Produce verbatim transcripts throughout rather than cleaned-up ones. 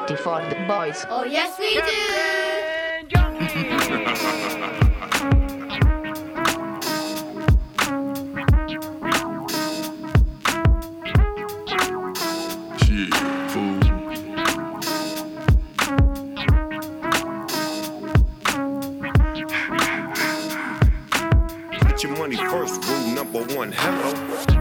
party for the boys. Oh yes we do! Get your money first, rule number one, hello.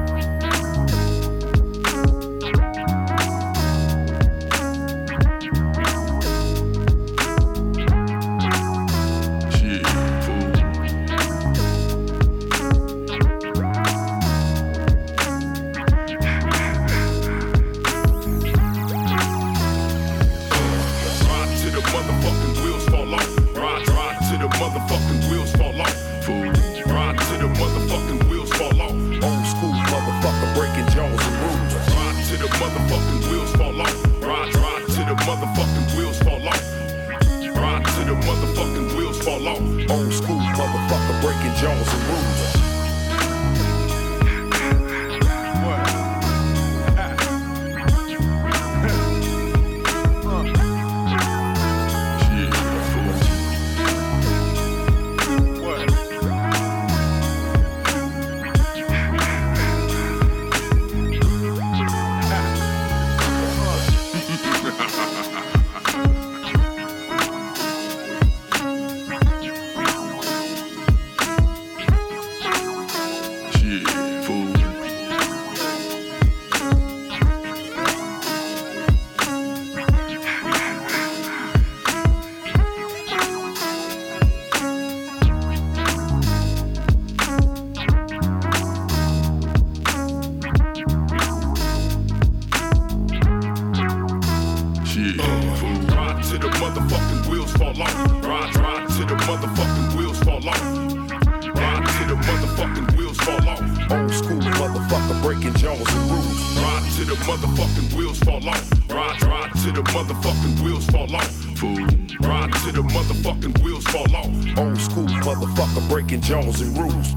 Jones and rules.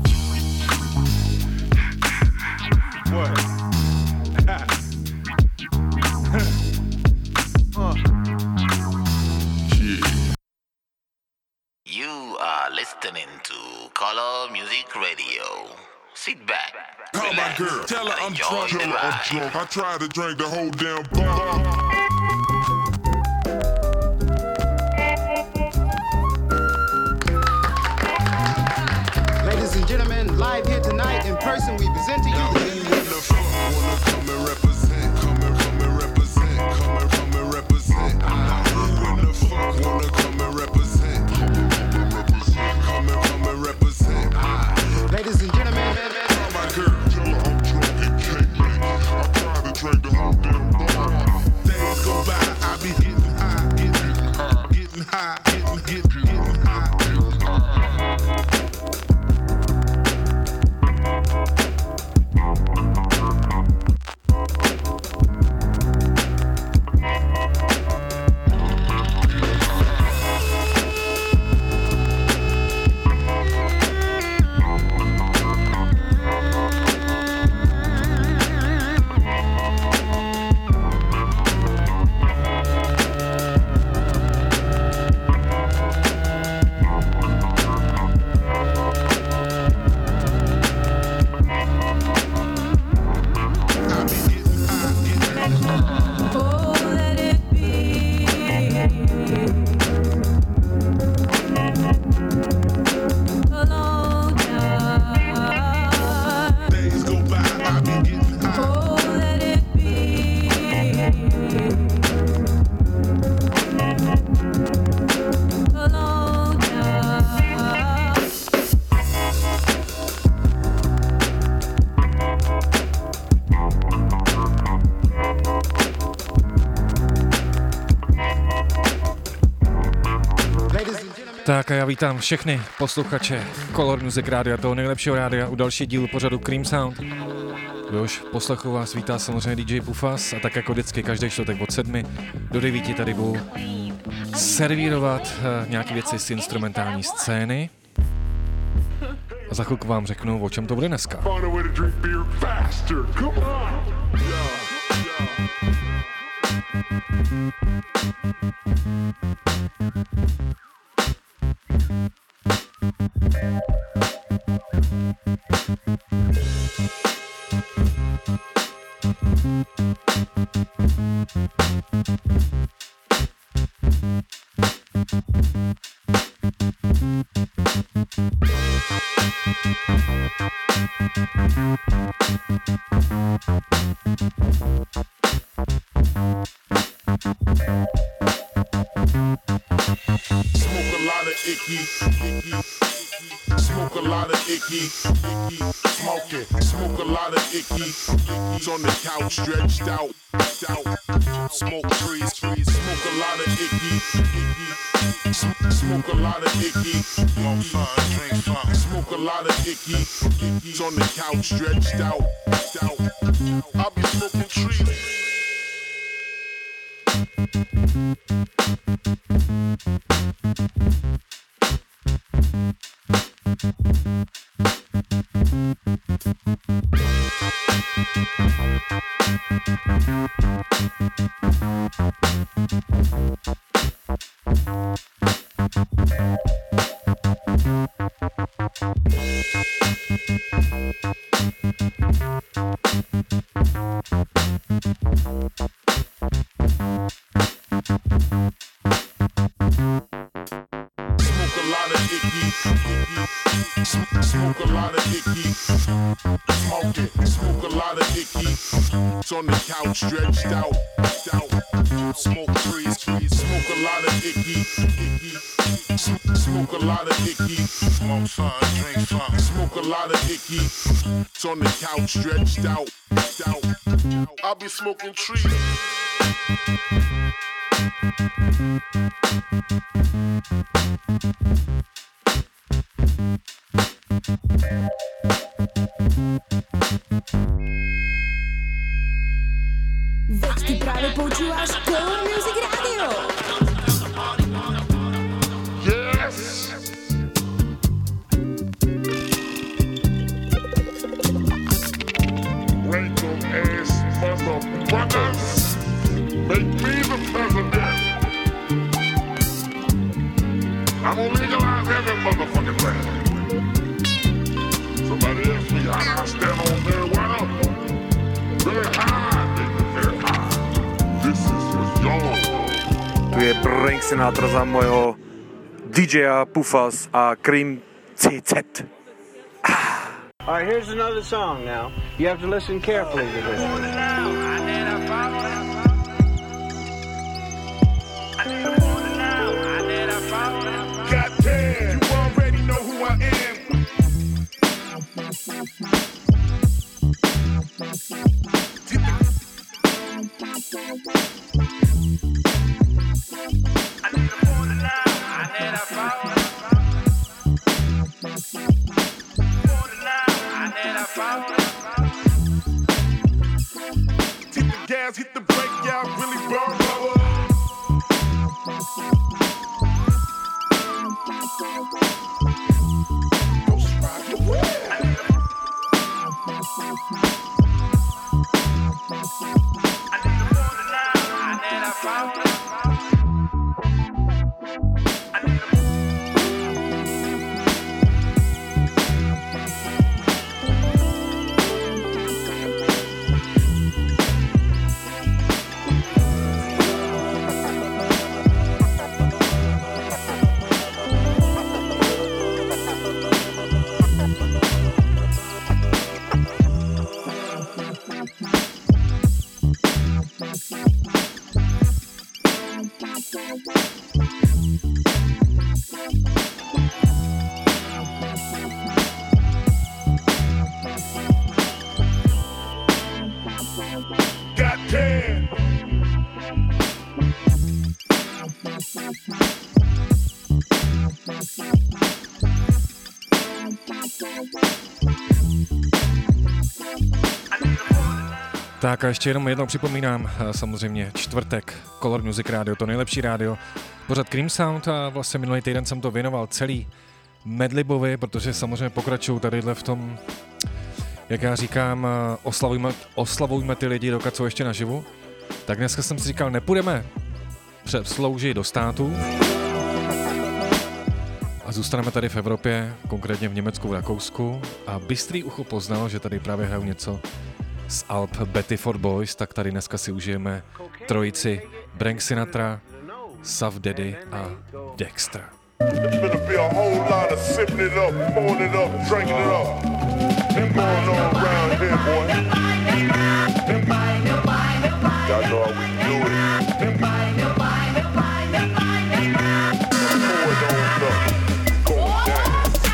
What? uh. You are listening to Color Music Radio. Sit back. Call my girl. Tell her I'm drunk. Tell her I'm drunk. I tried to drink the whole damn bar. Gentlemen, live here tonight in person, we present to you. When the fuck wanna come and represent, come and come and represent, come and come and represent. When the fuck wanna come and represent, come and come and represent. Ladies and gentlemen, call my girl, tell her I'm drunk and can't make it. I tried to drink the whole damn bar. Days go by, I be getting high, getting high, getting high, getting getting getting high, getting high. Tak a já vítám všechny posluchače Color Music Rádia, toho nejlepšího rádia u další dílu pořadu Cream Sound. Už v poslechu vás vítá samozřejmě D J Pufas a tak jako vždycky každý čtvrtek od sedmi do devíti tady budu servírovat nějaké věci z instrumentální scény. A za chvilku vám řeknu, o čem to bude dneska. On the couch, stretched out, out. Smoke trees, trees. Smoke a lot of icky, icky. Smoke a lot of icky. Smoke fun, drink fun. Smoke a lot of icky, icky. On the couch, stretched out, out. I'll be smoking trees. On the couch, stretched out, out. Smoke trees, trees. Smoke a lot of icky, icky. Smoke a lot of icky. Smoke fun, drink fun. Smoke a lot of icky. It's on the couch, stretched out, out. I'll be smoking trees. Veď ty právě počíváš Color Music Radio. Yes! Wrinkle ass motherfuckers! Make me the president! I'm gonna legalize every motherfucking thing. Somebody asked me how do I stand on marijuana? Very high, baby, very high. This is for y'all. Tu je Frank Sinatra za mojho D J a Pufas a Cream C Z. All right, here's another song now. You have to listen carefully to this. Goddamn, you already know who I am. Hit the gas, hit the brake, yeah, I really burn rubber. Ghost ride the world. I need a water now, I need a fountain. Tak a ještě jenom jednou připomínám, samozřejmě čtvrtek, Color Music Radio, to nejlepší rádio, pořad Cream Sound a vlastně minulý týden jsem to věnoval celý Medlibovi, protože samozřejmě pokračuju tadyhle v tom, jak já říkám, oslavujme, oslavujme ty lidi, dokud jsou ještě naživu. Tak dneska jsem si říkal, nepůjdeme sloužit do států a zůstaneme tady v Evropě, konkrétně v Německu, v Rakousku a bystrý ucho poznal, že tady právě hrajou něco z alb Betty Ford Boys, tak tady dneska si užijeme trojici Frank Sinatra, Suff Daddy a Dexter. There's gonna be a whole lot of sipping it up, pouring it up, drinking it up. Been going on around here, boy. Y'all know how we do it. Pour it on up, go down.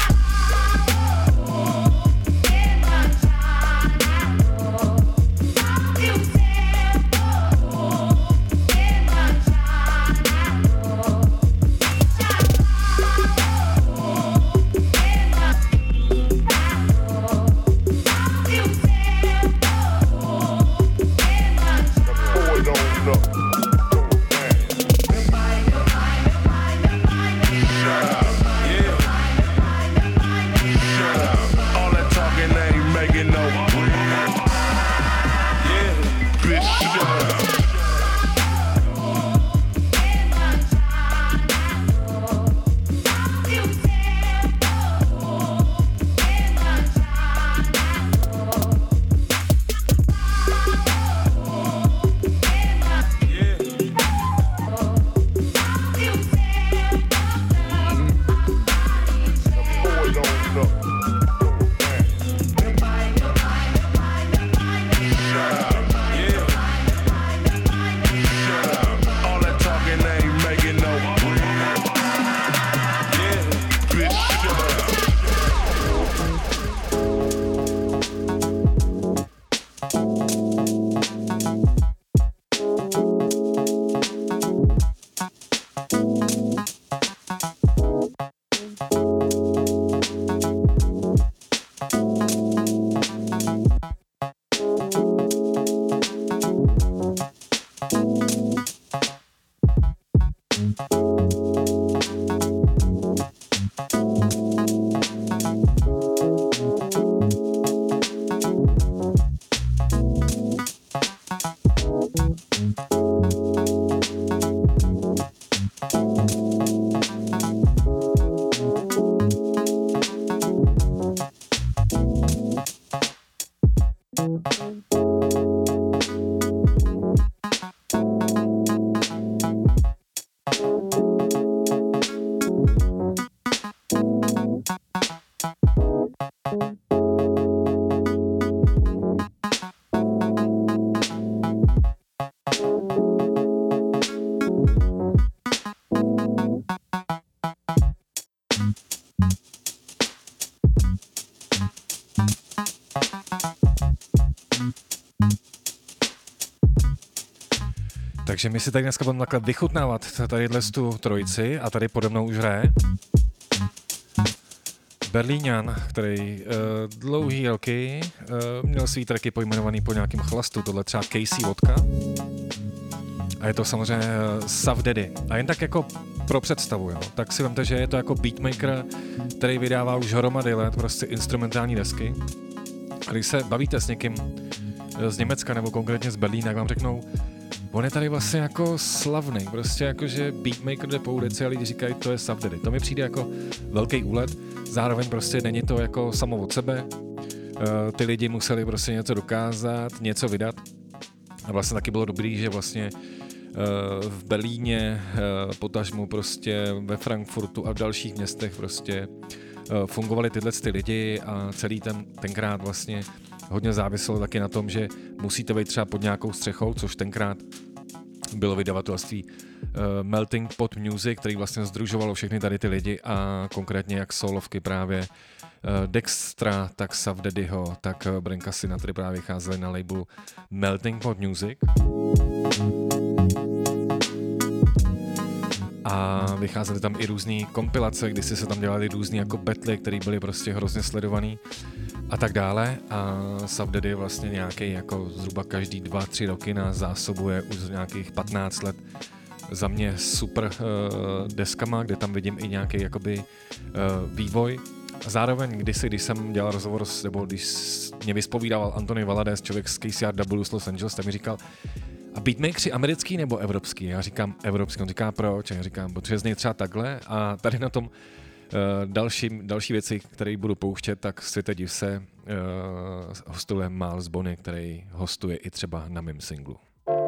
Takže my si tady dneska budeme takhle vychutnávat tadyhle tu trojici a tady pode mnou už hraje Berlíňan, který uh, dlouhý roky uh, měl svý tracky pojmenovaný po nějakým chlastu, tohle třeba Casey Vodka. A je to samozřejmě uh, Suff Daddy. A jen tak jako pro představu, jo. Tak si vemte, že je to jako beatmaker, který vydává už hromady let prostě instrumentální desky. A když se bavíte s někým z Německa nebo konkrétně z Berlína, tak vám řeknou, on je tady vlastně jako slavný, prostě jako, že beatmaker jde po ulici a lidi říkají, to je Suff Daddy. To mi přijde jako velký úlet, zároveň prostě není to jako samo od sebe. Uh, ty lidi museli prostě něco dokázat, něco vydat. A vlastně taky bylo dobrý, že vlastně uh, v Berlíně, uh, potažmu prostě ve Frankfurtu a v dalších městech prostě uh, fungovali tyhle ty lidi a celý ten, tenkrát vlastně hodně záviselo taky na tom, že musíte být třeba pod nějakou střechou, což tenkrát bylo vydavatelství uh, Melting Pot Music, který vlastně sdružovalo všechny tady ty lidi a konkrétně jak solovky právě uh, Dextra, tak Suff Daddyho, tak uh, Branka Sinatry právě vycházely na labelu Melting Pot Music. A vycházely tam i různý kompilace, kdy si se tam dělali různý jako battle, které byly prostě hrozně sledovaný a tak dále. A Suff Daddy vlastně nějaký jako zhruba každý dva, tři roky nás zásobuje už z nějakých patnáct let za mě super uh, deskama, kde tam vidím i nějaký jakoby uh, vývoj. A zároveň kdysi, když jsem dělal rozhovor, nebo když mě vyspovídával Anthony Valadez, člověk z K C R W z Los Angeles, tak mi říkal, A beatmakeri americký nebo evropský? Já říkám evropský, on říká proč, já říkám, protože z něj třeba takhle a tady na tom uh, další, další věci, které budu pouštět, tak světe div se, uh, hostuje Miles Bonny, který hostuje i třeba na mém singlu.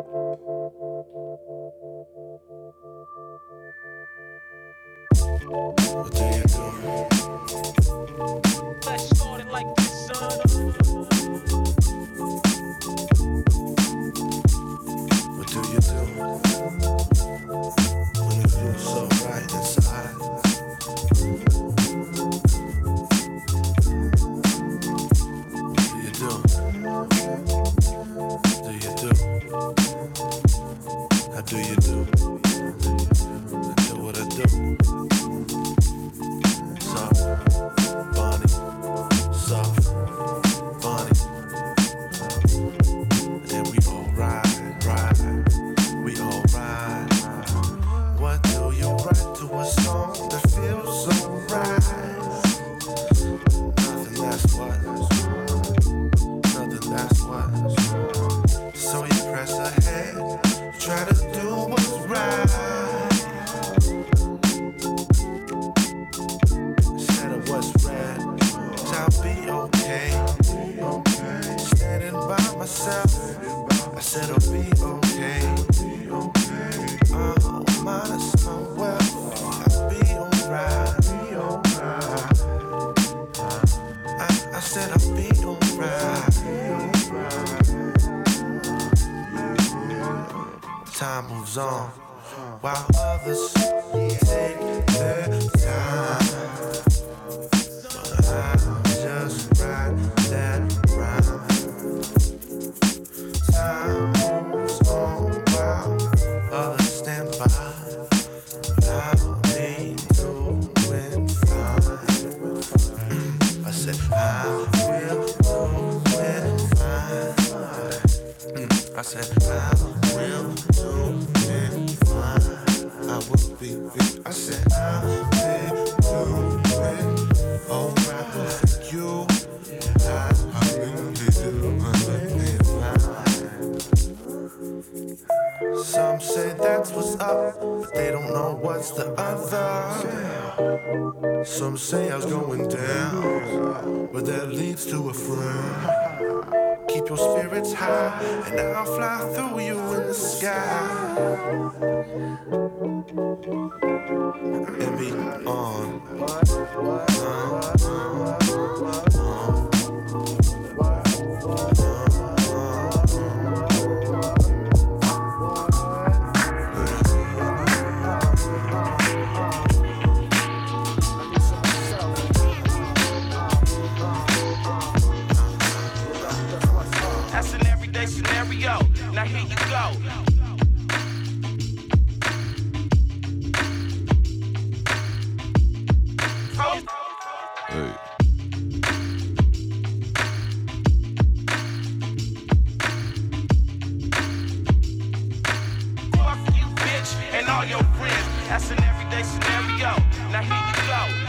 What do you do? Let's start it like this, son. What do you do? When it feels so right inside. What do you do? Do you do? How do you do? I do what I do. Bonnie, soft, Bonnie, and we all ride, ride, we all ride. What do you write to a song that feels so right? Nothing, that's what, nothing, that's what. So you press ahead, try to do what's right. What's red, I'll be okay. Standing by myself, I said I'll be okay. Oh, minus my wealth, I'll be alright. I, I said I'll be alright. Time moves on while others take their time. I'll just ride that rhyme. Time moves on while others stand by. I'll be doing fine. I said I will do it fine. I said I will do it fine. I will be, I said I will do it alright with you. I will do it fine. Some say that's what's up, but they don't know what's the other. Some say I was going down, but that leads to a friend. Keep your spirits high, and I'll fly through you in the sky. And be on. Uh, uh, uh. That's an everyday scenario. Now here you go. Hey. Fuck you, bitch, and all your friends. That's an everyday scenario. Now here you go.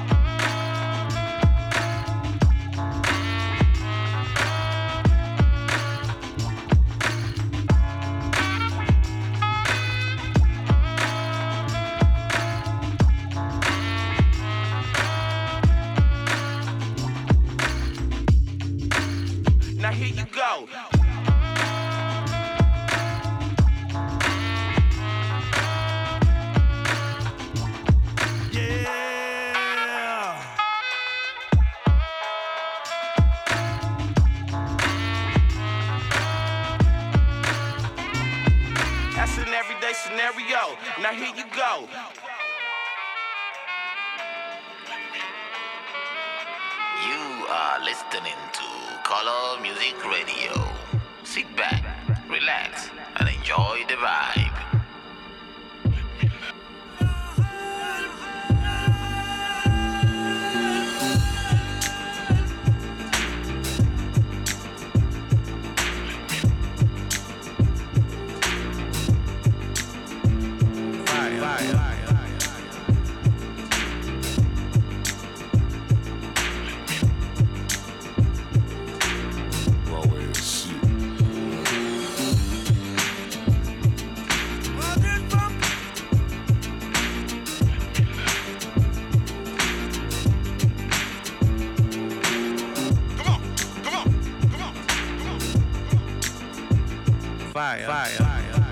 Now here you go. Yeah. That's an everyday scenario. Now here you go. You are listening to Color Music Radio. Sit back, relax, and enjoy the vibe. Broadway is shit. fire, fire, fire.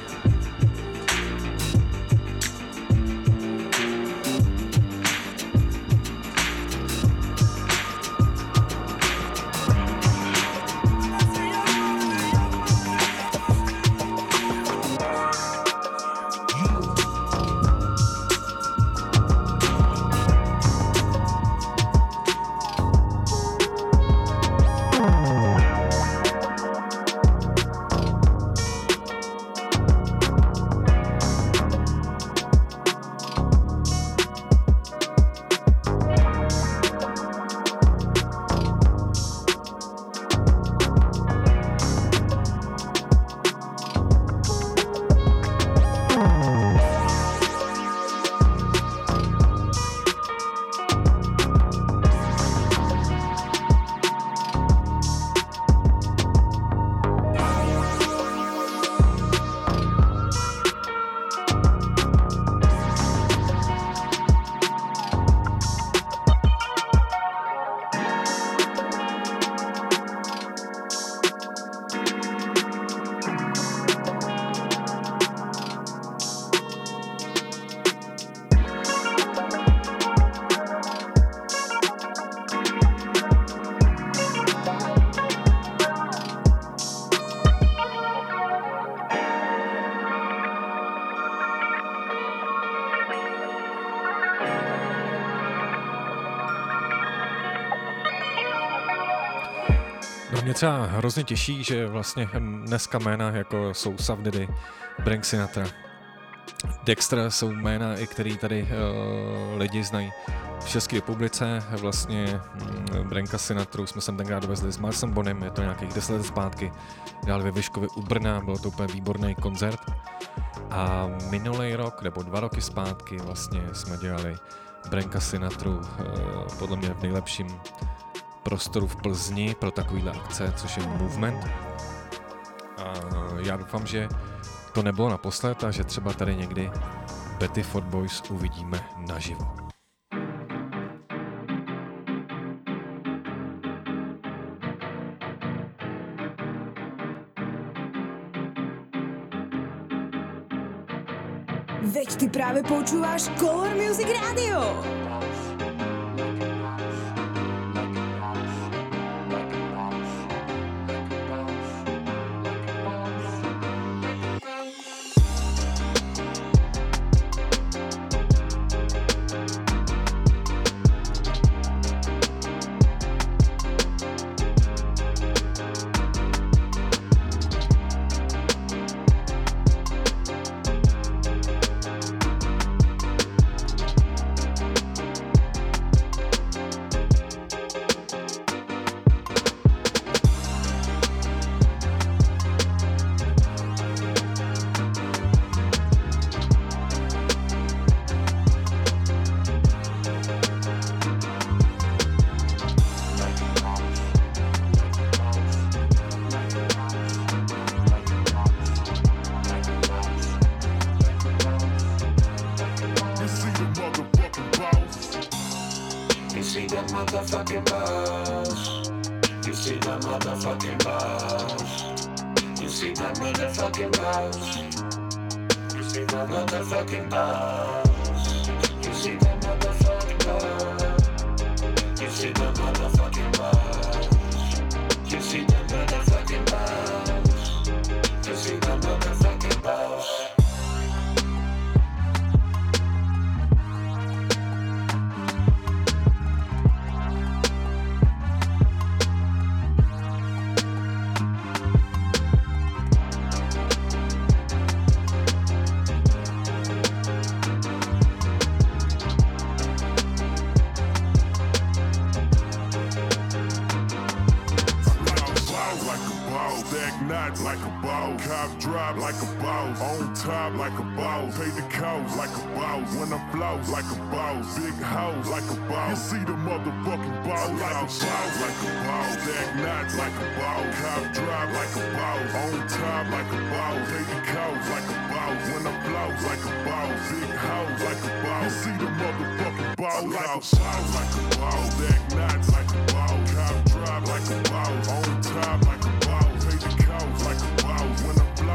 Mě třeba hrozně těší, že vlastně dneska jména jako jsou Sav Daddy, Frank Sinatra, Dexter jsou jména, i který tady uh, lidi znají v České republice. Vlastně um, Branka Sinatru jsme sem tenkrát dovezli s Marsem Bonem, je to nějakých deset let zpátky, dál ve Vyškově u Brna, byl to úplně výborný koncert. A minulý rok, nebo dva roky zpátky vlastně jsme dělali Branka Sinatru uh, podle mě v nejlepším prostoru v Plzni pro takovýhle akce, což je Movement. A já doufám, že to nebylo naposled a že třeba tady někdy Betty Ford Boys uvidíme naživo. Veď ty práve počúvaš Color Music Radio. motherfucking boss. You see the motherfucking boss. You see the motherfucking boss. You see the motherfucking boss. You see the motherfucking boss. You see the motherfucking boss. You see the motherfucking boss. You see the motherfucking boss. Like a boss, cop drive like a boss, on top like a boss, pay the cost like a boss, when I floss like a boss, big house like a boss, you see the motherfucking boss, like a boss, like a boss, stack knots like a boss, cop drive like a boss, on top like a boss, pay the cost like a boss, when I floss like a boss, big house like a boss, you see the motherfucking boss, like a boss, like a boss, stack knots like a boss, cop drive like a boss, on top like a boss, pay the cost like a boss, when I floss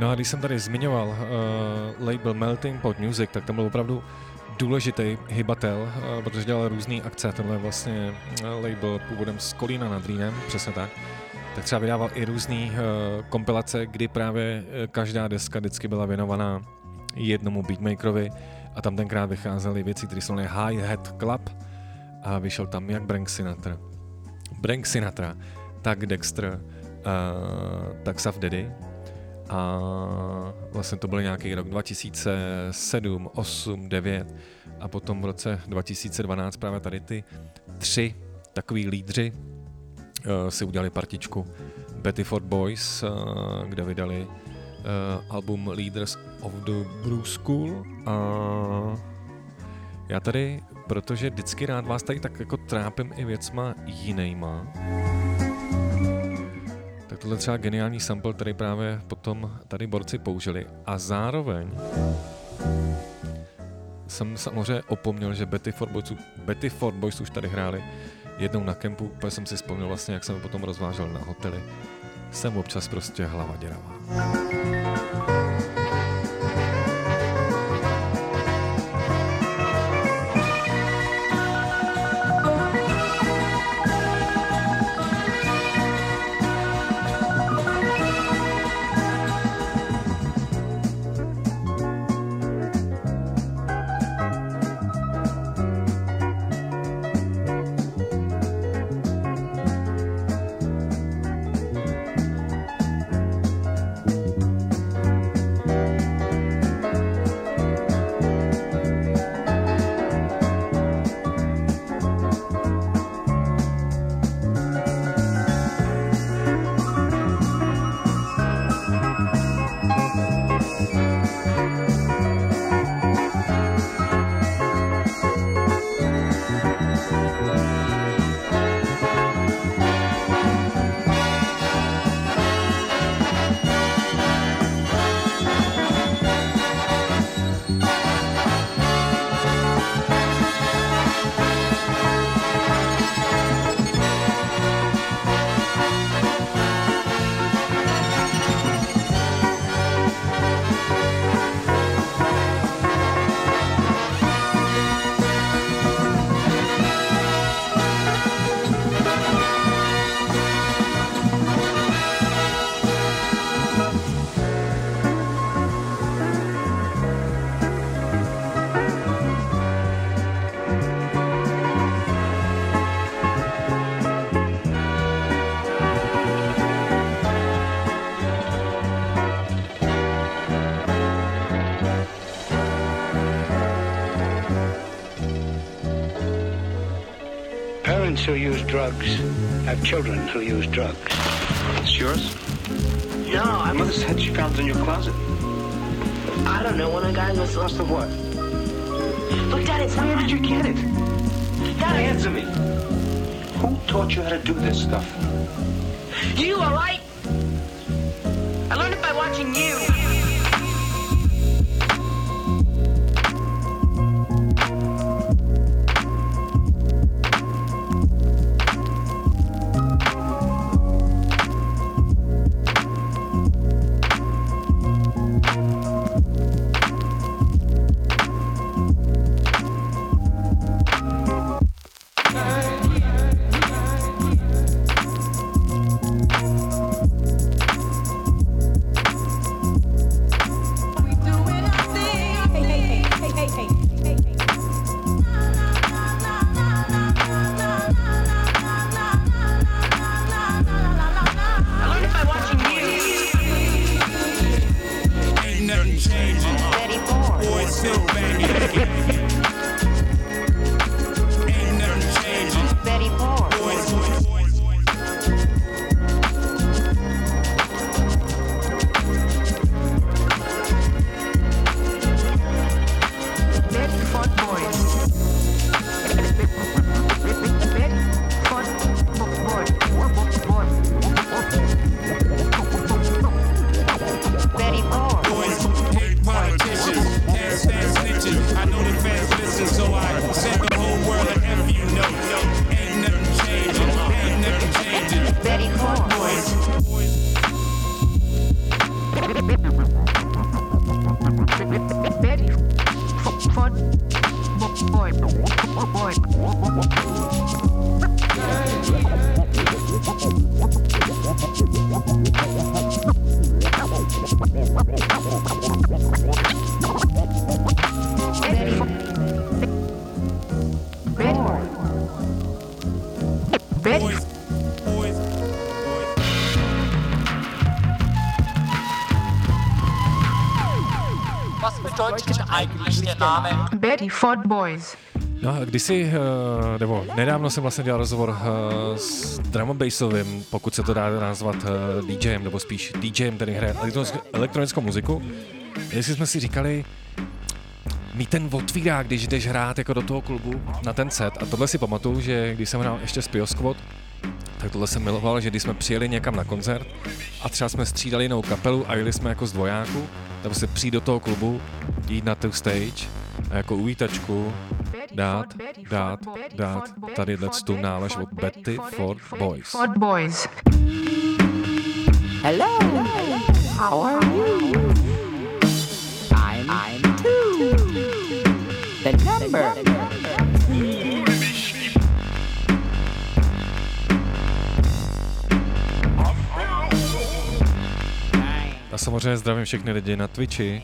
No a když jsem tady zmiňoval uh, label Melting Pot Music, tak tam byl opravdu důležitý hybatel, uh, protože dělal různý akce. Tenhle je vlastně uh, label původem z Kolína nad Rýnem, přesně tak. Tak třeba vydával i různý uh, kompilace, kdy právě uh, každá deska vždycky byla věnovaná jednomu beatmakerovi a tam tenkrát vycházely věci, které jsou High Hat Club a vyšel tam jak Frank Sinatra, Frank Sinatra, tak Dexter, uh, tak Saf Daddy a vlastně to byl nějaký rok dva tisíce sedm, osm, devět a potom v roce dva tisíce dvanáct právě tady ty tři takový lídři uh, si udělali partičku Betty Ford Boys, uh, kde vydali uh, album Leaders of the Blues School a já tady, protože vždycky rád vás tady tak jako trápím i věcma jinejma, tak tohle třeba geniální sample, který právě potom tady borci použili a zároveň jsem samozřejmě opomněl, že Betty Ford Boys, Betty Ford Boys už tady hráli jednou na kempu, úplně jsem si vzpomněl vlastně, jak jsem potom rozvážel na hotely. Jsem občas prostě hlava děravá. Parents who use drugs have children who use drugs. It's yours? No, My mother said she found it in your closet. I don't know. One of the guys must have of what? Look, Dad, it's Where did you get it? Dad, answer me. Who taught you how to do this stuff? You, all right? I learned it by watching you. Was bedeutet eigentlich der Name? Betty Ford Boys. No a kdysi, nebo nedávno jsem vlastně dělal rozhovor s drum and bassovým, pokud se to dá nazvat DJem, nebo spíš DJem, který hraje elektronickou muziku. Jestli jsme si říkali, mít ten otvírák, když jdeš hrát jako do toho klubu na ten set. A tohle si pamatuju, že když jsem hrál ještě s Pio Squad, tak tohle jsem miloval, že když jsme přijeli někam na koncert a třeba jsme střídali jinou kapelu a jeli jsme jako z dvojáku, tak se přijít do toho klubu, jít na tu stage a jako uvítačku dát, dát, dát tady tu nálež od Betty Ford Boys. Ford Boys. Hello, how are you? I'm, I'm two. The number. A samozřejmě zdravím všechny lidi na Twitchi.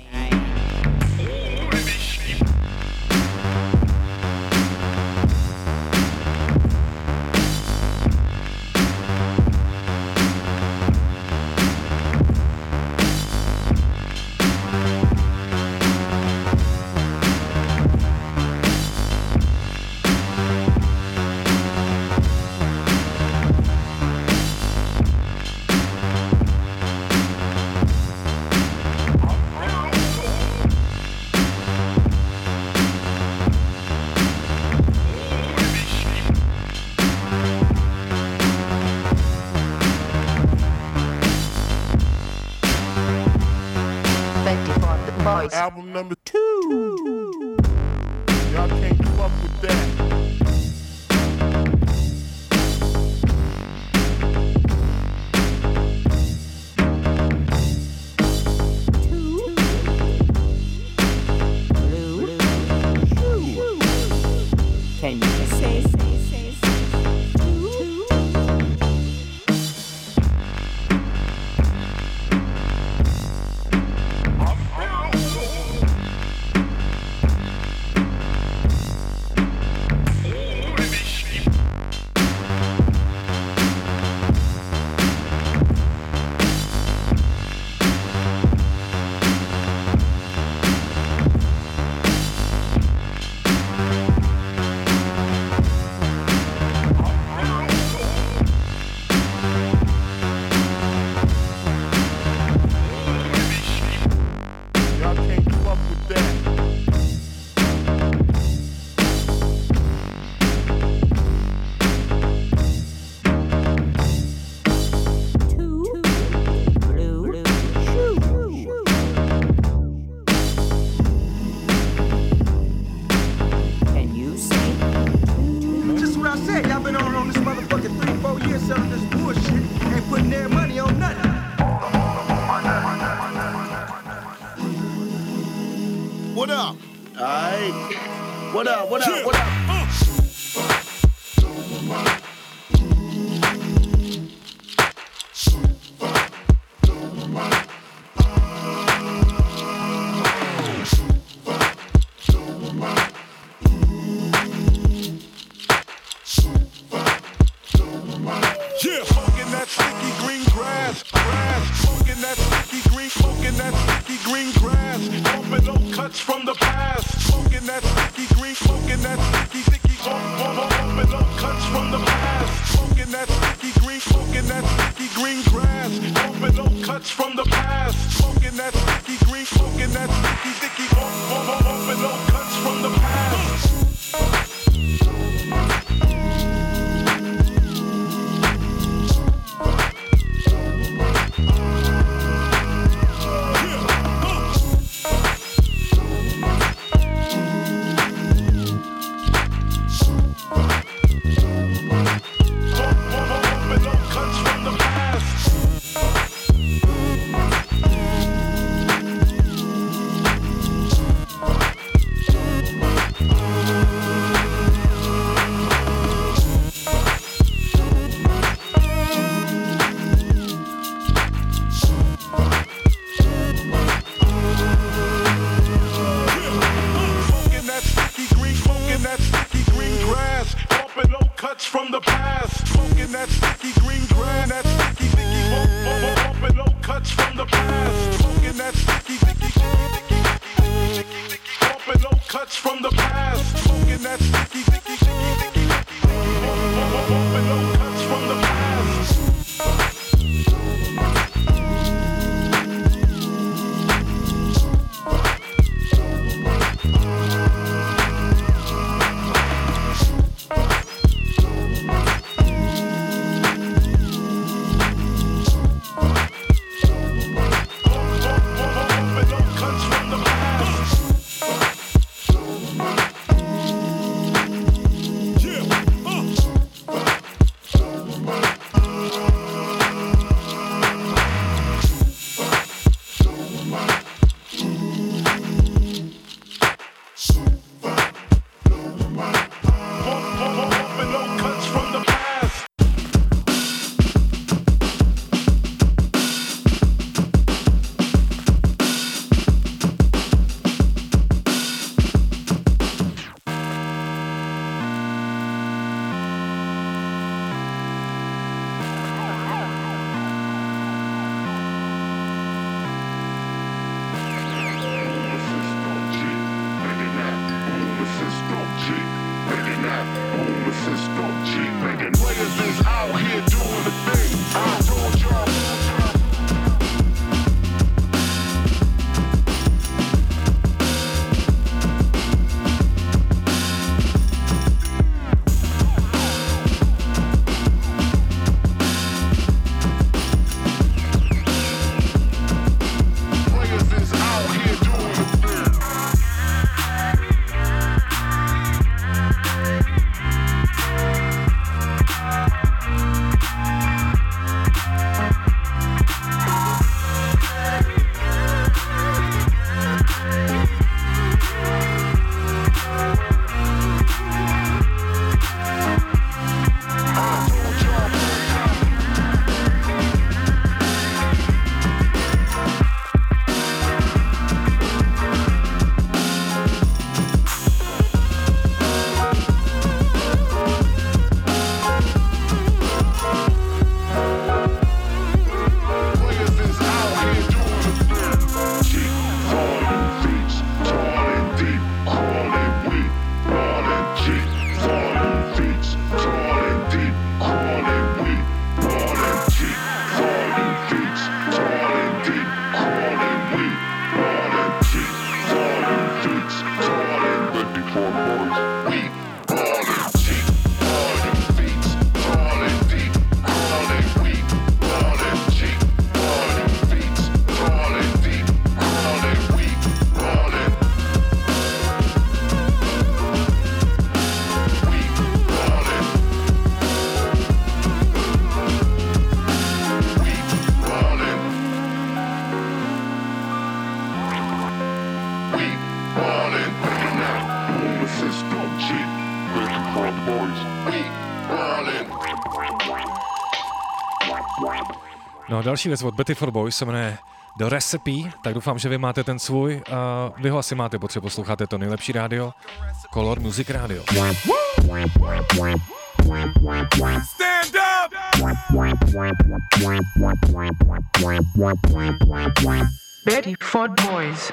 Album number two. Y'all can't fuck with that. Can you say, say, say, say, What up? Alright. What up? What up? What up? Yeah, smoking that sticky green grass, grass, smoking that sticky green, smoking that sticky green grass, bumping no cuts from the past, smoking that sticky green, smoking that sticky, sticky, bumping no cuts from the past, smoking that sticky green, smoking that sticky green grass, bumping no cuts from the past, smoking that sticky green, smoking that sticky, sticky, bumping no cuts from the past. cuts from the past. Smoking that sticky, sticky, sticky, sticky, bumping no cuts from the past. No a další věc od Betty for Boys se jmenuje The Recipe, tak doufám, že vy máte ten svůj a vy ho asi máte, protože posloucháte to nejlepší rádio, Color Music Radio. Stand up! Betty for Boys.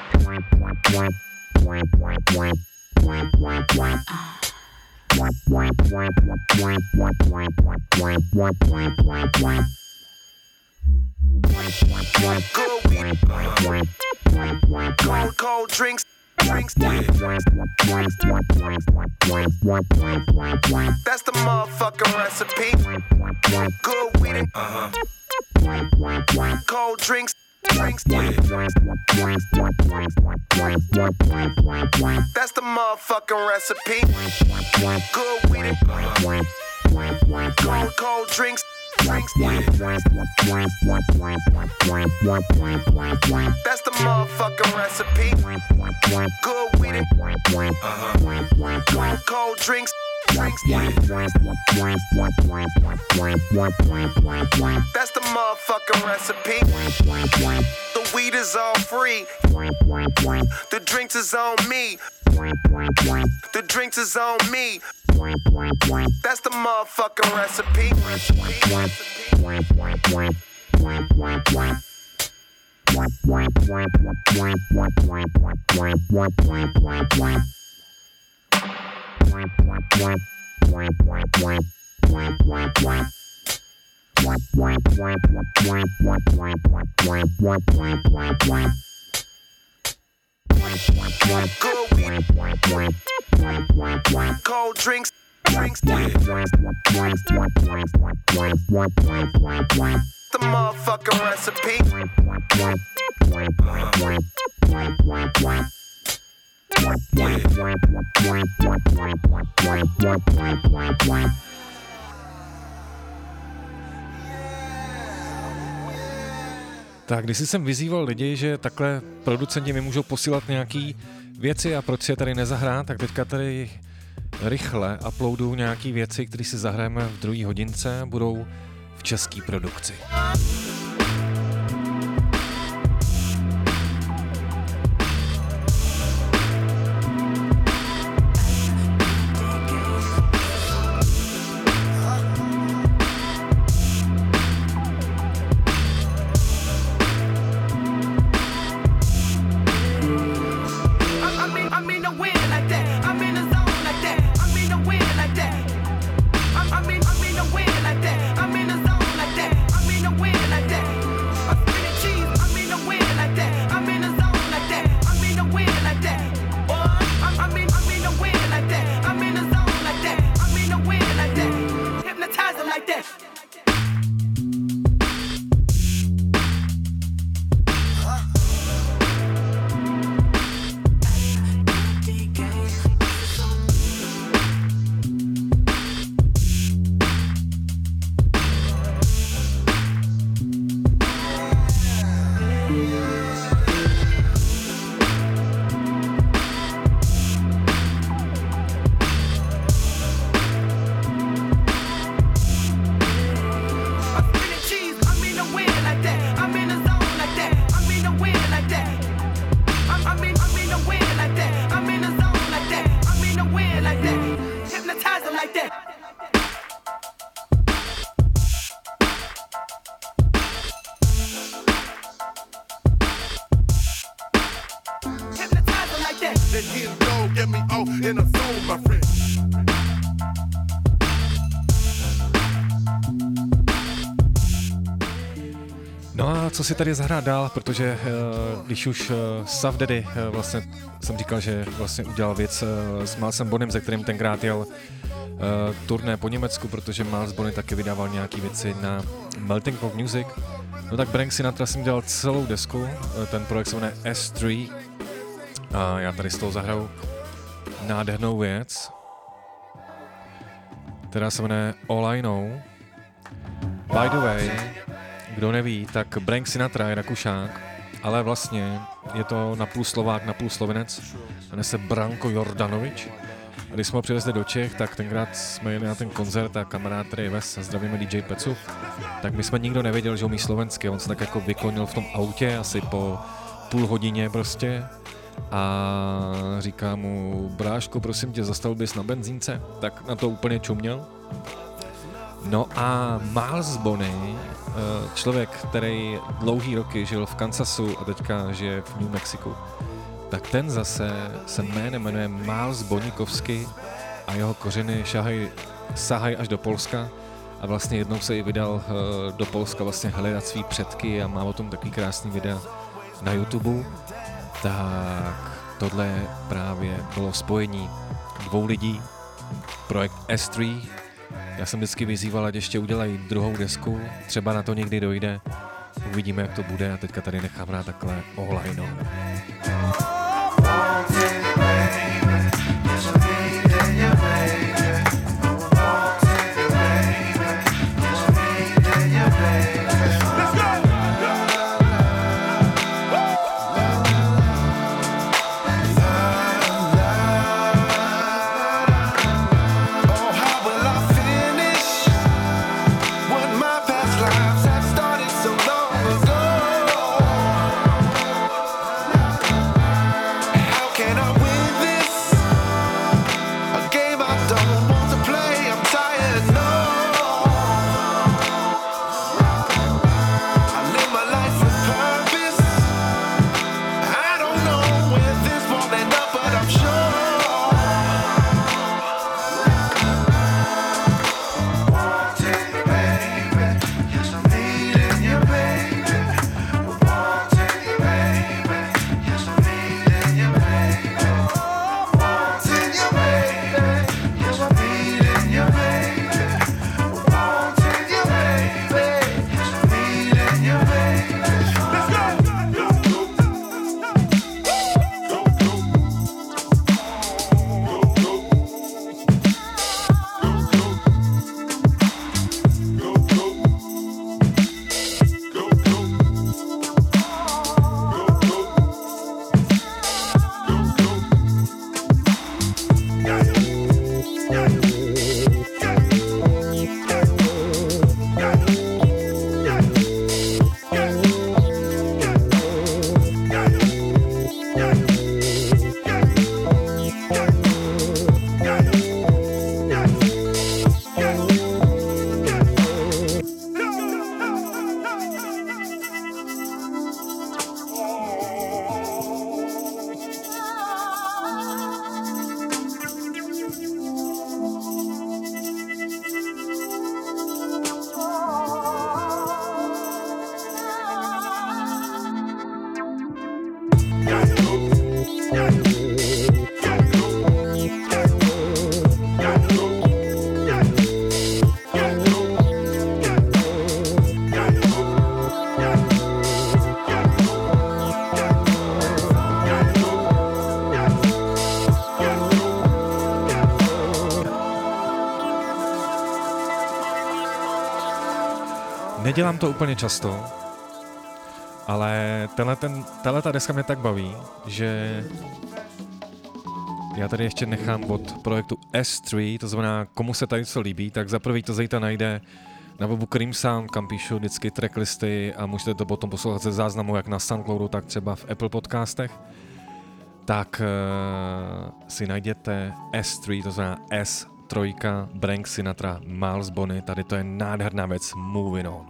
Cold, cold drinks, drinks, that's the motherfucking recipe. Good weed and uh-huh. Cold drinks, drinks, that's the motherfucking recipe. Good weed and uh-huh. Cold, cold drinks. Drinks, that's the motherfucking recipe. Good weed and uh-huh. Cold, cold drinks. Drinks, that's the motherfucking recipe. The weed is all free. The drinks is on me. The drinks is on me. That's the motherfucking recipe. Cold drinks, drinks, the motherfucking recipe. Tak když jsem vyzýval lidi, že takhle producenti mi můžou posílat nějaký věci a proč si je tady nezahrát, tak teďka tady rychle uploaduju nějaký věci, které si zahrajeme v druhé hodince, budou v české produkci. Co si tady zahrát dál, protože uh, když už uh, Sav Daddy, uh, vlastně jsem říkal, že vlastně udělal věc uh, s Milesem Bonem, ze kterým tenkrát jel uh, turné po Německu, protože Miles Bonny taky vydával nějaký věci na Melting Pot Music. No tak Frank Sinatra jsem dělal celou desku, uh, ten projekt se jmenuje S tři a já tady z toho zahraju nádhernou věc, která se jmenuje All I Know. By the way, kdo neví, tak Frank Sinatra je Rakušák, ale vlastně je to napůl Slovák, napůl Slovenec, jmenuje se Branko Jordanovič. A když jsme ho přivezli do Čech, tak tenkrát jsme jeli na ten koncert a kamarád, který je Ves, zdravíme D J Pecu, tak my jsme nikdo nevěděl, že umí slovensky. On se tak jako vyklonil v tom autě asi po půl hodině prostě a říká mu: Bráško, prosím tě, zastavil bys na benzínce? Tak na to úplně čuměl. No a Miles Bonny, člověk, který dlouhý roky žil v Kansasu a teďka žije v New Mexiku, tak ten zase se jménem jmenuje Miles Boníkovský a jeho kořeny šahají, sahají až do Polska a vlastně jednou se i vydal do Polska vlastně hledat svý předky a má o tom takový krásný videa na YouTube. Tak tohle právě bylo spojení dvou lidí, projekt S tři. Já jsem vždycky vyzýval, ať ještě udělají druhou desku, třeba na to někdy dojde, uvidíme, jak to bude a teďka tady nechám hrát takhle All I Know. Lives have started so long ago. Nedělám to úplně často, ale tenhle, ten, tenhle ta deska mě tak baví, že já tady ještě nechám od projektu S tři, to znamená, komu se tady co líbí, tak za prvý to zítra najde na webu Cream Sound, kam píšu vždycky tracklisty a můžete to potom poslouchat ze záznamu jak na Soundcloudu, tak třeba v Apple podcastech. Tak uh, si najděte S tři, to znamená S tři, Frank Sinatra, Miles Bonny, tady to je nádherná věc, Moving On.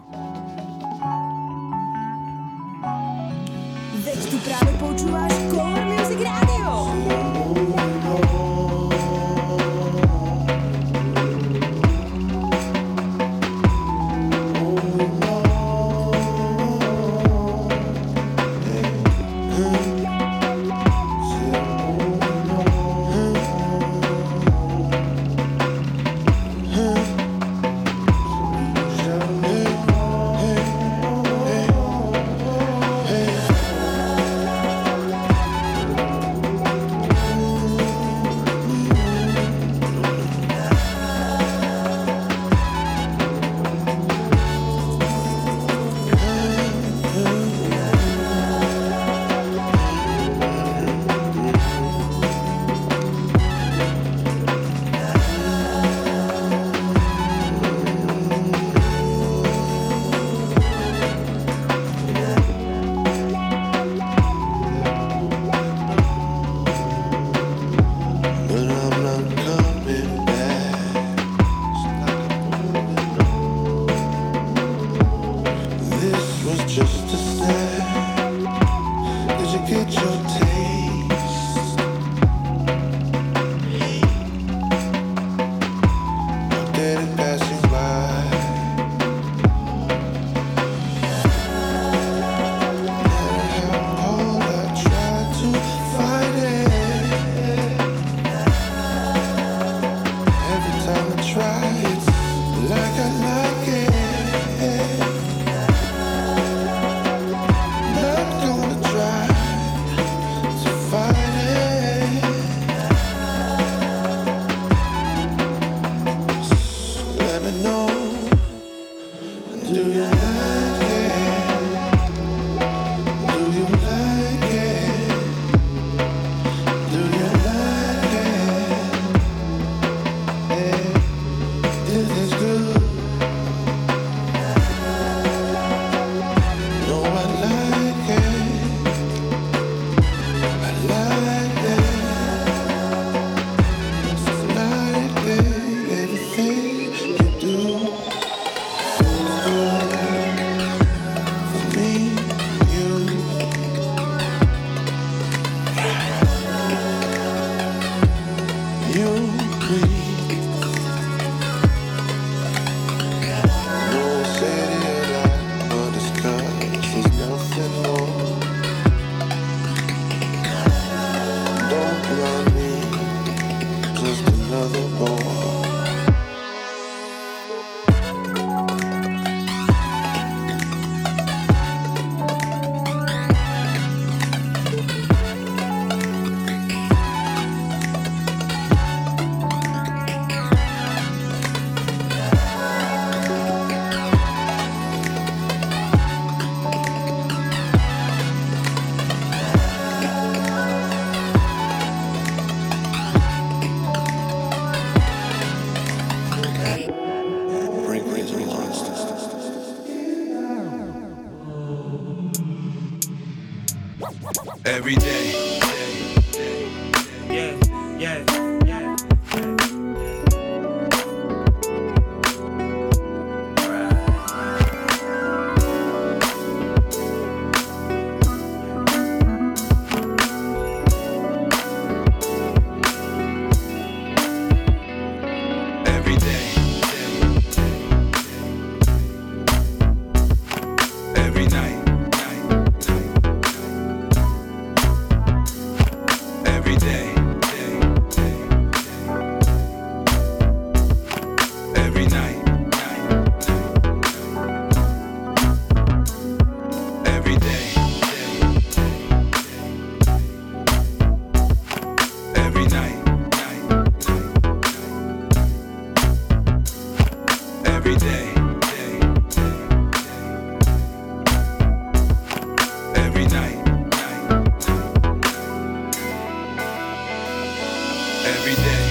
Veď tu právě počúvaš Color Music Radio. Every day. Yeah, yeah, yeah. Every day. Every night. every day.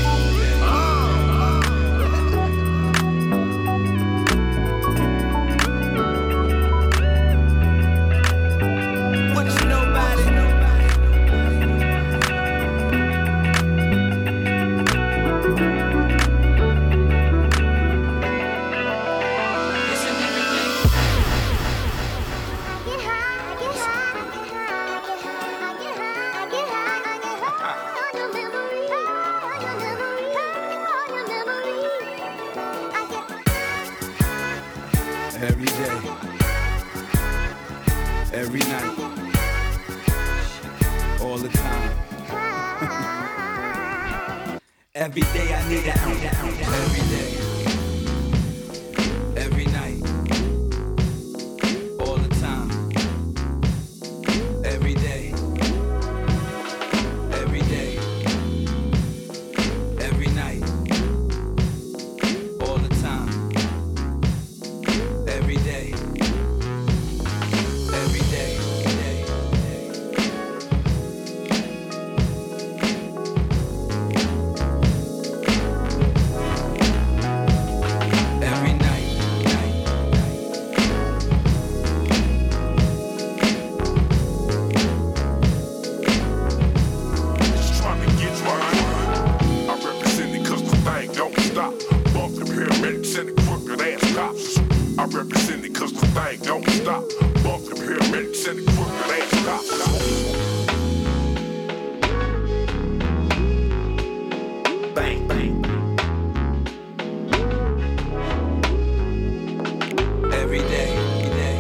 Every day, every night, all the time. Every day I need a every day, every night, all the time. Every day, every day, every night, all the time. Every day, every day, day, every night, night, Just trying to get right. I represent it 'cause the thing don't stop. Bump them paramedics and the crooked ass cops. I represent it 'cause the thing don't stop. Bump them paramedics and the crooked ass cops. Bang, bang. every day, day,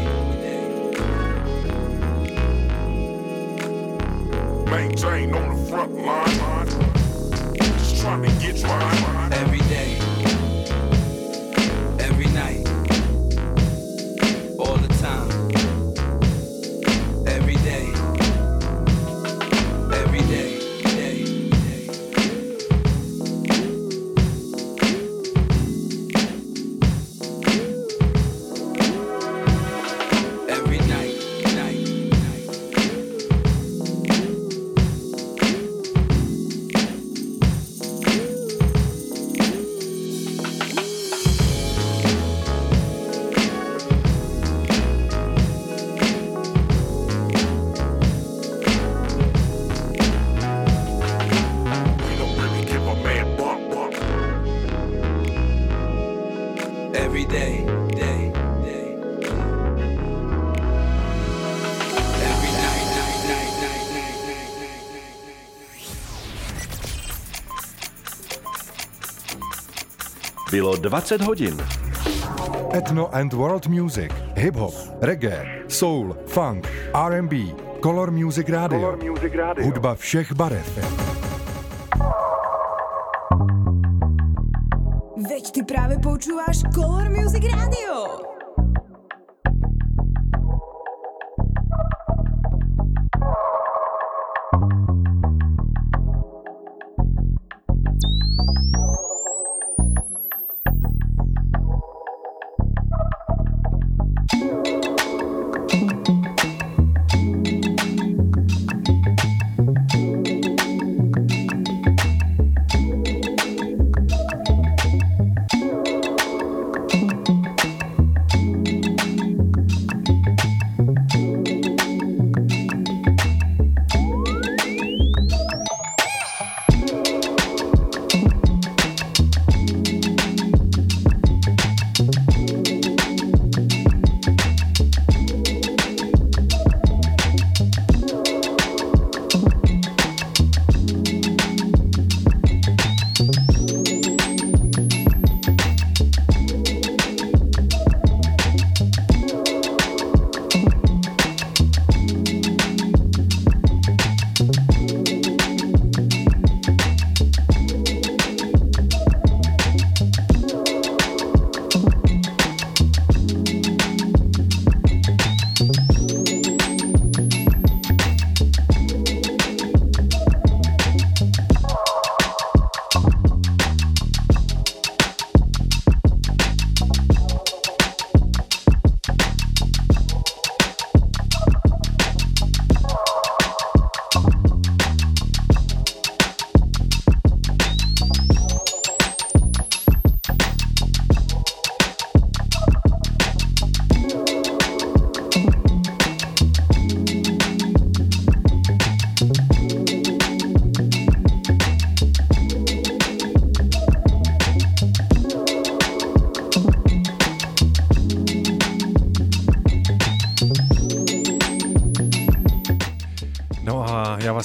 Maintain on the front line. Just trying to get right. every day, every night, all the time. Every day, every day, day, every night, night, We don't really give a man bump, bump. every day, day, day. Every night, night, night, night, night, night, night, night. Bylo dvacet hodin. Ethno and World Music, Hip-Hop, Reggae, Soul, Funk, R and B, Color Music Radio. Color Music Radio. Hudba všech barev. Veď ty práve počúvaš Color Music Radio.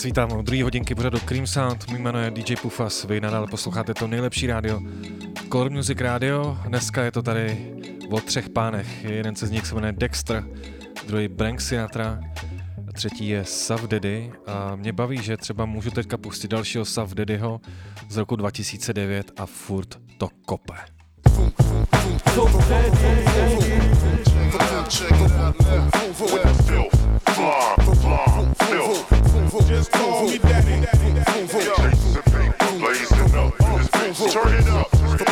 vítám u druhé hodinky pořadu Cream Sound. Mé jméno je D J Pufas, vy nadále posloucháte to nejlepší rádio, Color Music Radio. Dneska je to tady o třech pánech. Jeden se z nich se jmenuje Dexter, druhý Brank Sinatra, a třetí je Sav Daddy. A mě baví, že třeba můžu teďka pustit dalšího Sav Daddyho z roku dva tisíce devět a furt to kope. Check it out now. With the filth, fly, fly, filth. Just call me daddy. Chase the pink, blazing up. This bitch, turn it up.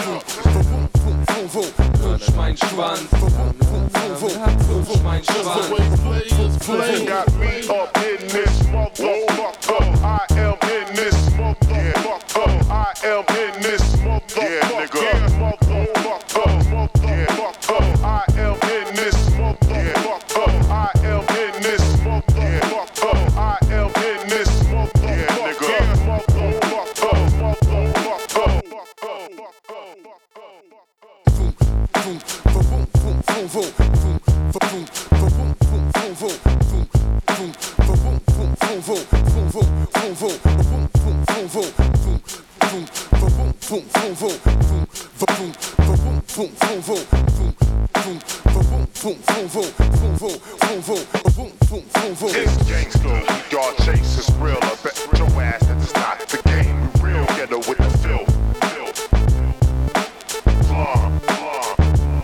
Lutsch mein Schwanz, lutsch mein Schwanz. Got me up in this motherfucker. I am in this motherfucker. I am in this motherfucker. Yeah, nigga. Motherfucker. Motherfucker. I am in this motherfucker. I am in this motherfucker. I am in this motherfucker. Yeah, nigga. Motherfucker. Motherfucker. It's gangster, y'all chase is real. I bet your ass that is not the game. Real ghetto with the filth. Flum, flum.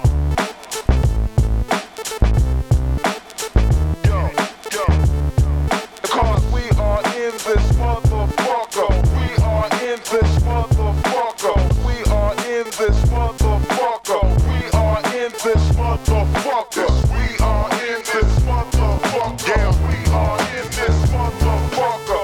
Yo, yo. Cause we are in this motherfucker. We are in this motherfucker. We are in this motherfucker. We are in this motherfucker. We are in this motherfucker. Yeah, we are in this motherfucker.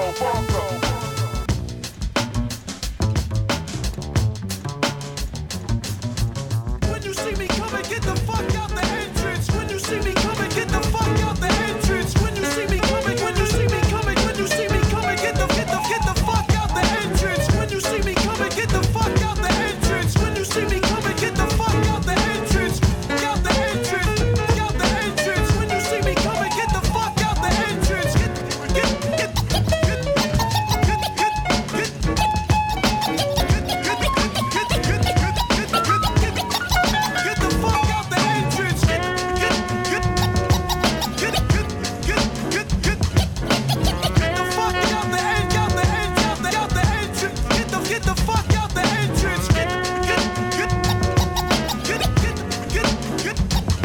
When you see me coming, get the fuck out the entrance. When you see me coming, get the fuck out the entrance. When you see me coming, when you see me coming, when you see me coming, get the get the get the fuck out the entrance. When you see me coming, get the fuck out the entrance. When you see me coming, get the fuck out the entrance. Out the entrance. Out the entrance. When you see me coming, get the fuck out the entrance. Get get get get get Get the fuck out the entrance. Get get get get get get get get get the fuck out the end, out the end, out the out the entrance. Get the get the fuck out the entrance. Get get get get get get get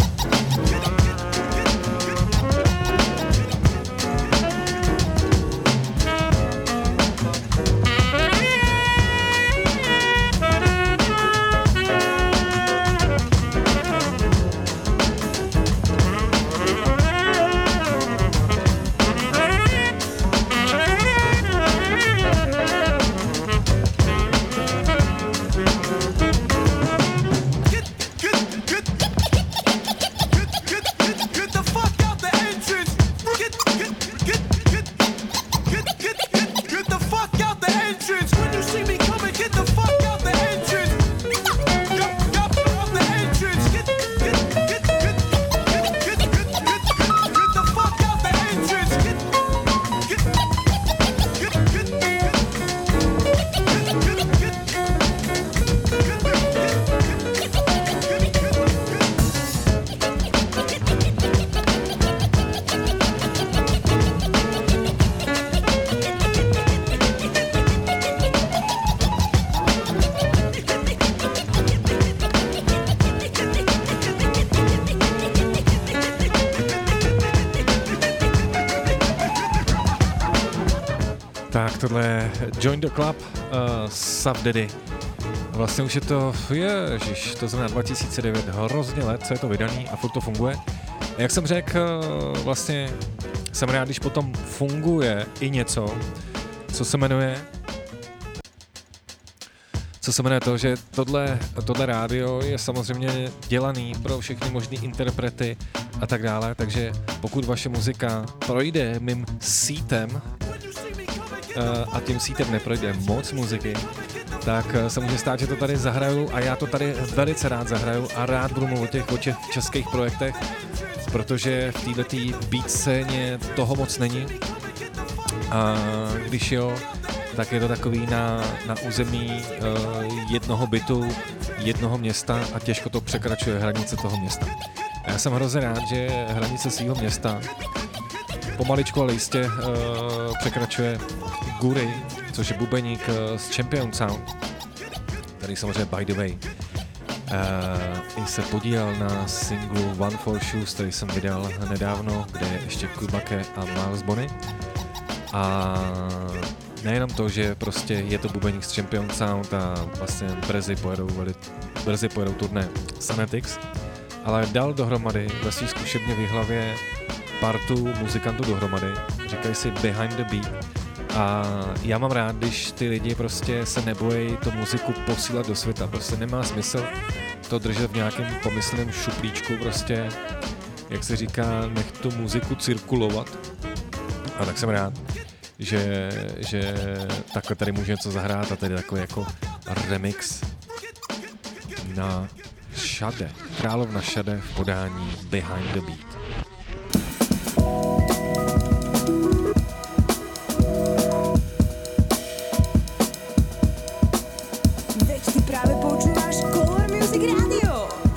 Get the fuck out the entrance. Get get get get get get get get the fuck out the entrance. When you see me coming, get the fuck out the entrance. Get out the entrance. Get get get get get get get get get the fuck out the entrance. Get get get get get Tak tohle je Join the Club, uh, Sav Daddy. Vlastně už je to, ježiš, to znamená dva tisíce devět, hrozně let, co je to vydaný a furt to funguje. A jak jsem řekl, uh, vlastně jsem rád, když potom funguje i něco, co se jmenuje co se jmenuje to, že tohle, tohle rádio je samozřejmě dělaný pro všechny možný interprety a tak dále, takže pokud vaše muzika projde mým sítem a tím sítem neprojde moc muziky, tak se může stát, že to tady zahraju a já to tady velice rád zahraju a rád budu mluvit o těch, o těch českých projektech, protože v této beat scéně toho moc není A když jo, tak je to takový na, na území uh, jednoho bytu, jednoho města a těžko to překračuje hranice toho města. A já jsem hrozně rád, že hranice svého města pomaličku, ale jistě uh, překračuje Guri, což je bubeník uh, z Champion Sound, který samozřejmě by the way uh, i se podílel na singlu One for Shoes, který jsem vydal nedávno, kde je ještě Kubake a Miles Bonny. A nejenom to, že prostě je to bubeník z Champion Sound a vlastně brzy pojedou, brzy pojedou turné Sanetix, ale dal dohromady ve svý zkušebně výhlavě partu muzikantů dohromady, říkají si Behind the Beat. A já mám rád, když ty lidi prostě se nebojí tu muziku posílat do světa, prostě nemá smysl to držet v nějakém pomyslném šuplíčku, prostě, jak se říká, nech tu muziku cirkulovat. A tak jsem rád, že, že takhle tady můžu něco zahrát a tady takový jako remix na Shade, Královna Shade v podání Behind the Beat. Veď ty práve počúvaš Color Music Radio.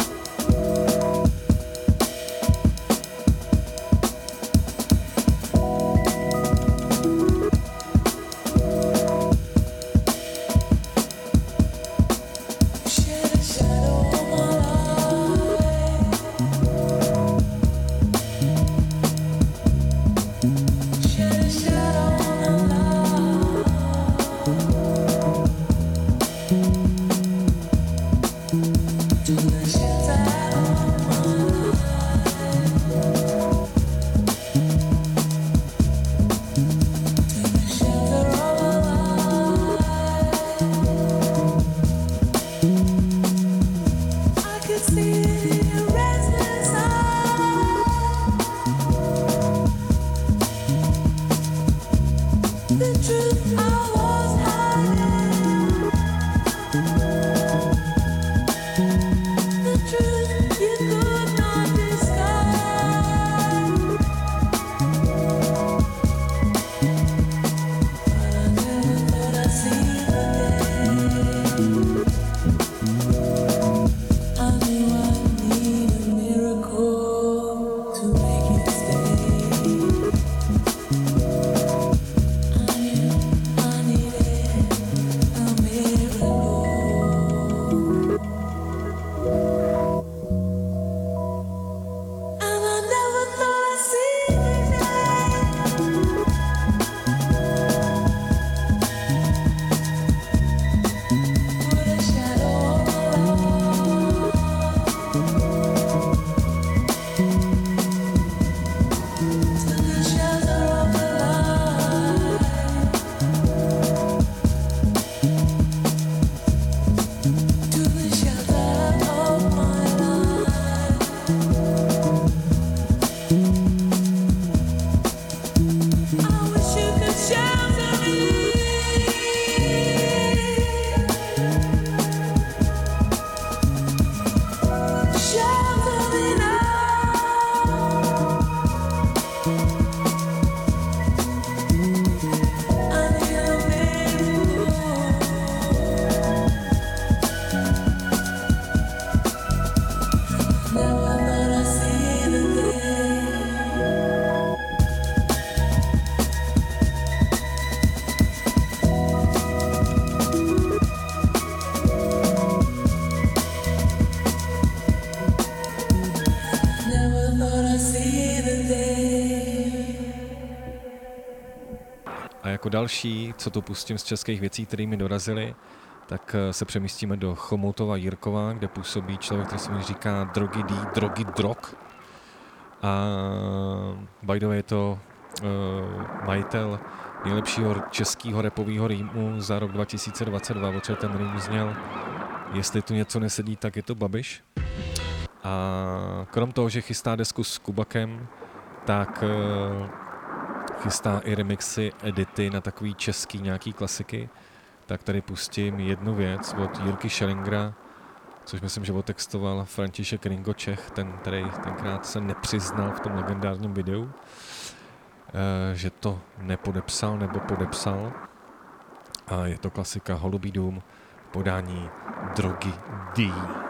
Jako další, co tu pustím z českých věcí, které mi dorazily, tak se přemístíme do Chomoutova Jirkova, kde působí člověk, který se mi říká Drogy D, Drogy Drog. A by the way je to uh, majitel nejlepšího českého rapového rýmu za rok dva tisíce dvacet dva, o čem ten rým zněl. Jestli tu něco nesedí, tak je to Babiš. A krom toho, že chystá desku s Kubakem, tak uh, chystá i remixy, edity na takový český nějaký klasiky, tak tady pustím jednu věc od Jirky Schellingera, což myslím, že otextoval František Ringo Čech, ten, který tenkrát se nepřiznal v tom legendárním videu. že to nepodepsal nebo podepsal. A je to klasika Holubý dům, podání Drogy D.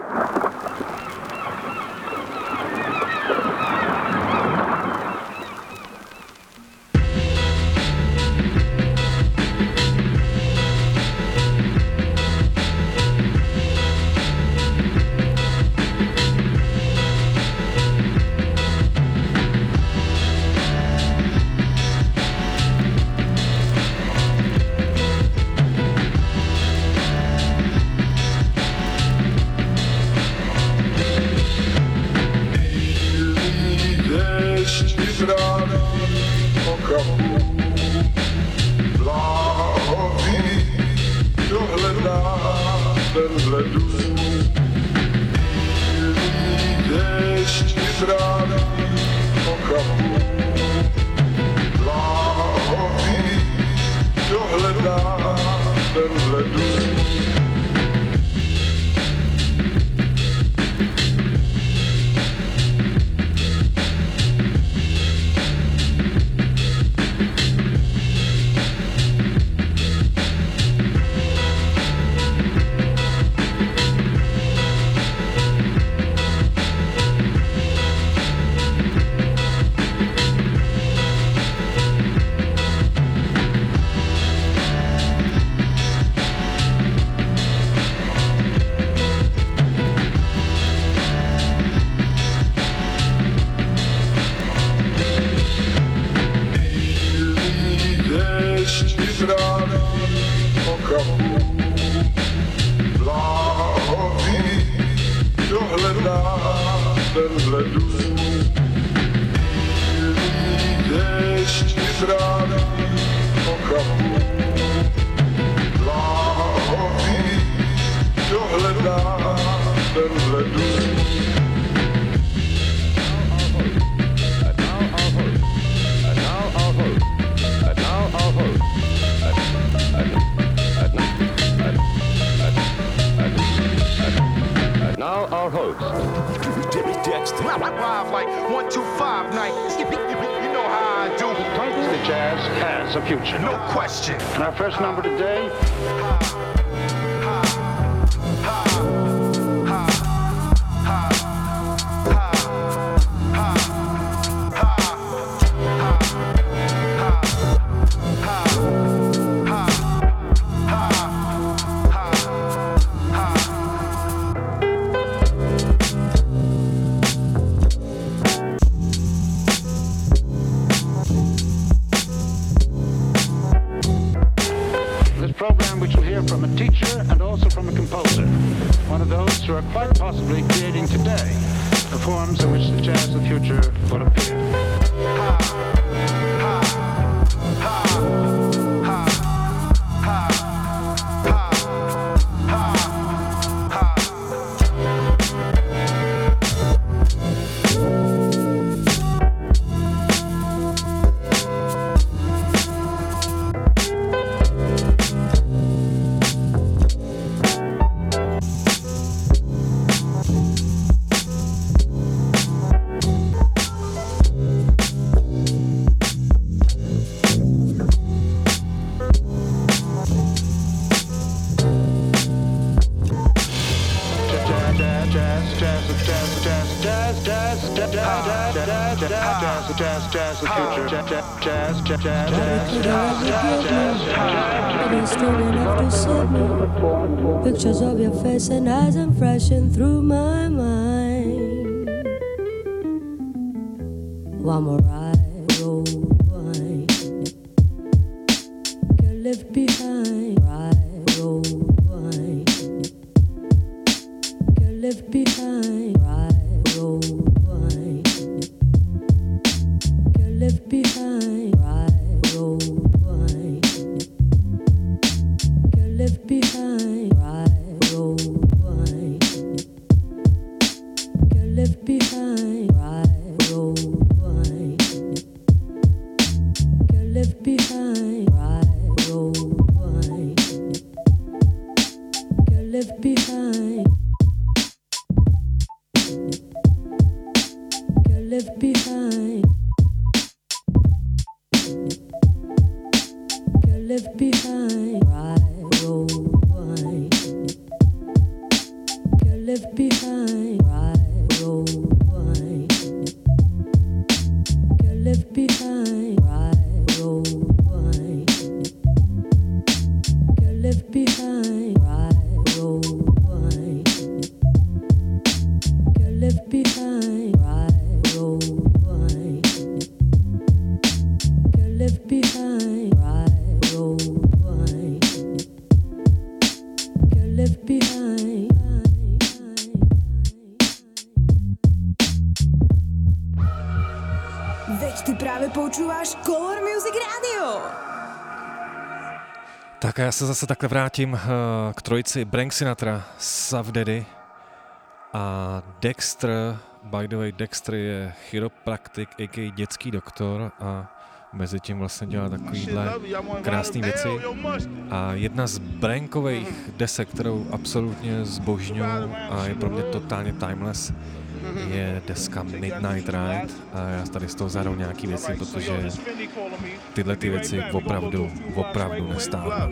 Pictures of your face and eyes and flashing through my mind. One more ride, old wine. Get left behind. Ride, old wine. Get left behind. Ride, old wine. Get left behind. Ride, old wine. Get left behind. Ride, old wine. Get left behind. Ride, old wine. Get left behind. Ride, old wine. Get left behind. Get left behind. left behind. Veď ty právě počúváš Color Music Radio. Tak a já se zase takhle vrátím uh, k trojici Frank Sinatra, Suff Daddy a Dexter. By the way, Dexter je chiropraktik, a k a dětský doktor a mezi tím vlastně dělá takovýhle krásné věci. A jedna z Brankových desek, kterou absolutně zbožňuju a je pro mě totálně timeless, je deska Midnight Ride a já tady z toho zahraju nějaký věci, protože tyhle ty věci opravdu, opravdu nestáhnu.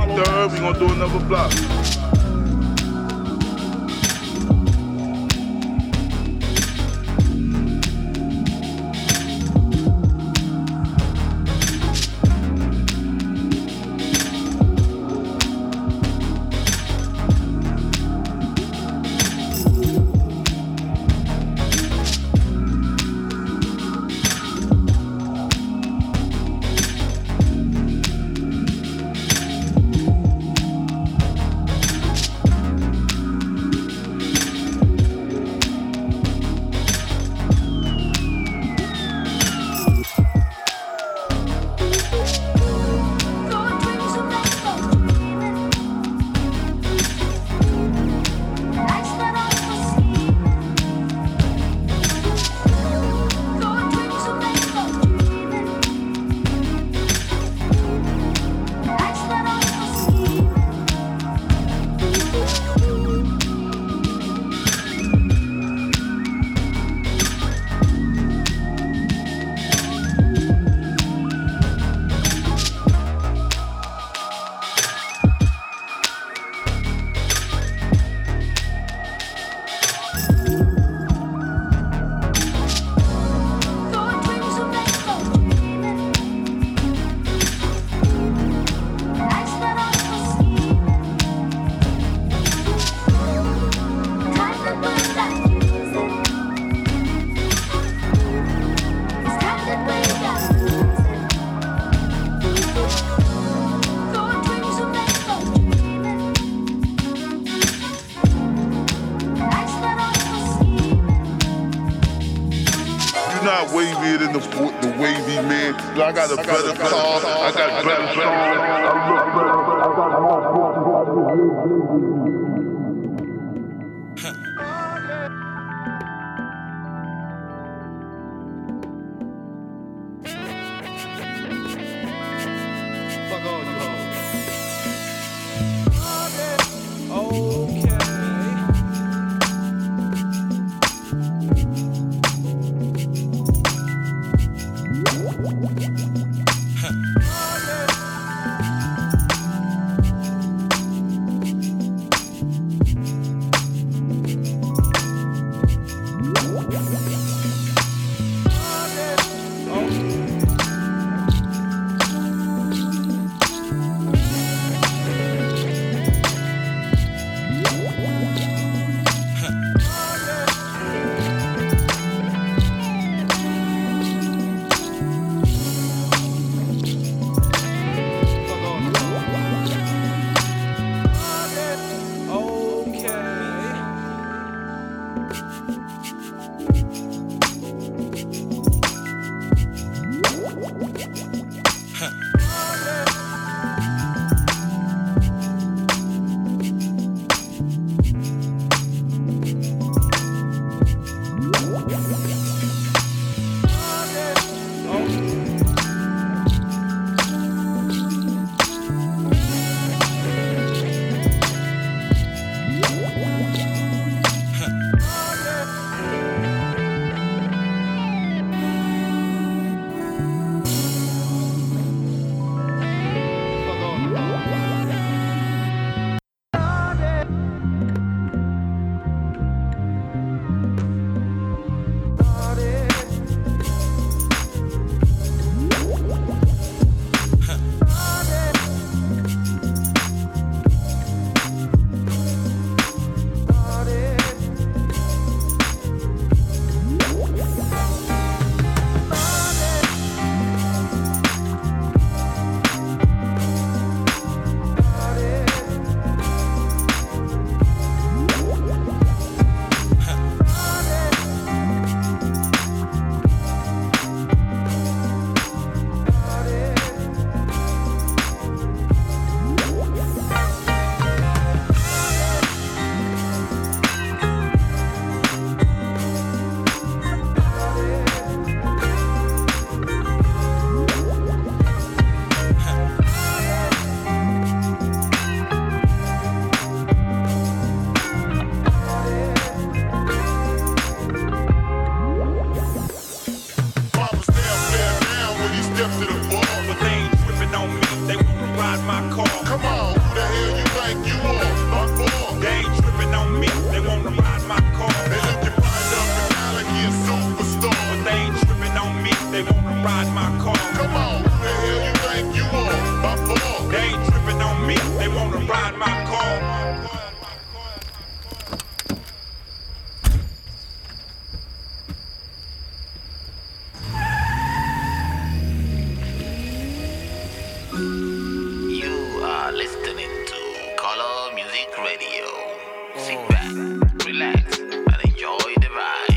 not wavier than the, the wavy man. I got a better car, I got better songs, I look better, I got more. Sit back, relax, and enjoy the vibe.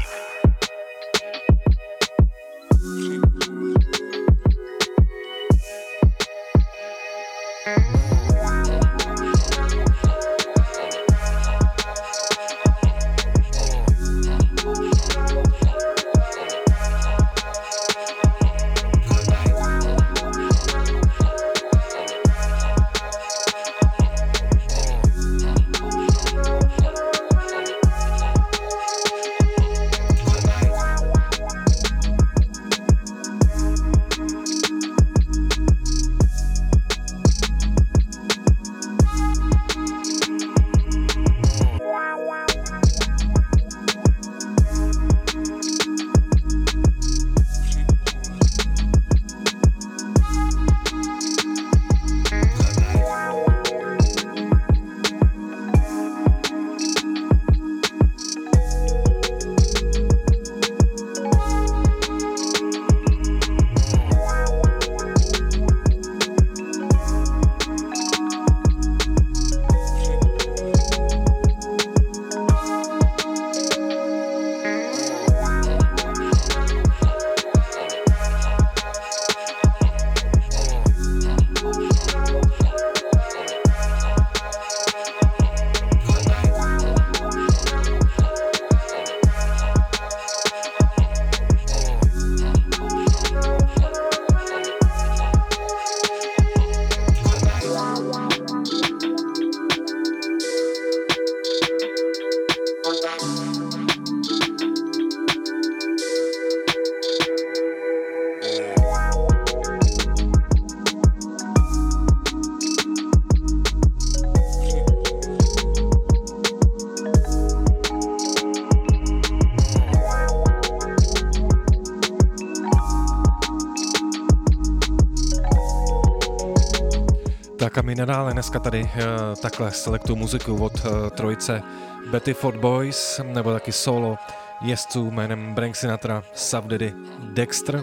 Tak a my nadále dneska tady uh, takhle selektuju muziku od uh, trojice Betty Ford Boys, nebo taky solo jezdců jménem Frank Sinatra, Sub Daddy, Dexter.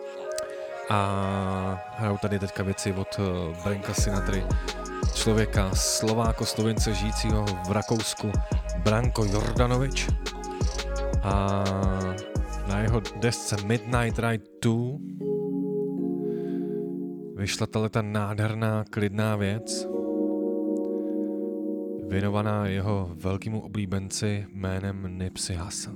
A hrajou tady teďka věci od uh, Franka Sinatry, člověka Slováko-Slovince žijícího v Rakousku, Branko Jordanovič. A na jeho desce Midnight Ride dva vyšla tato nádherná, klidná věc, věnovaná jeho velkému oblíbenci jménem Nipsey Hussle.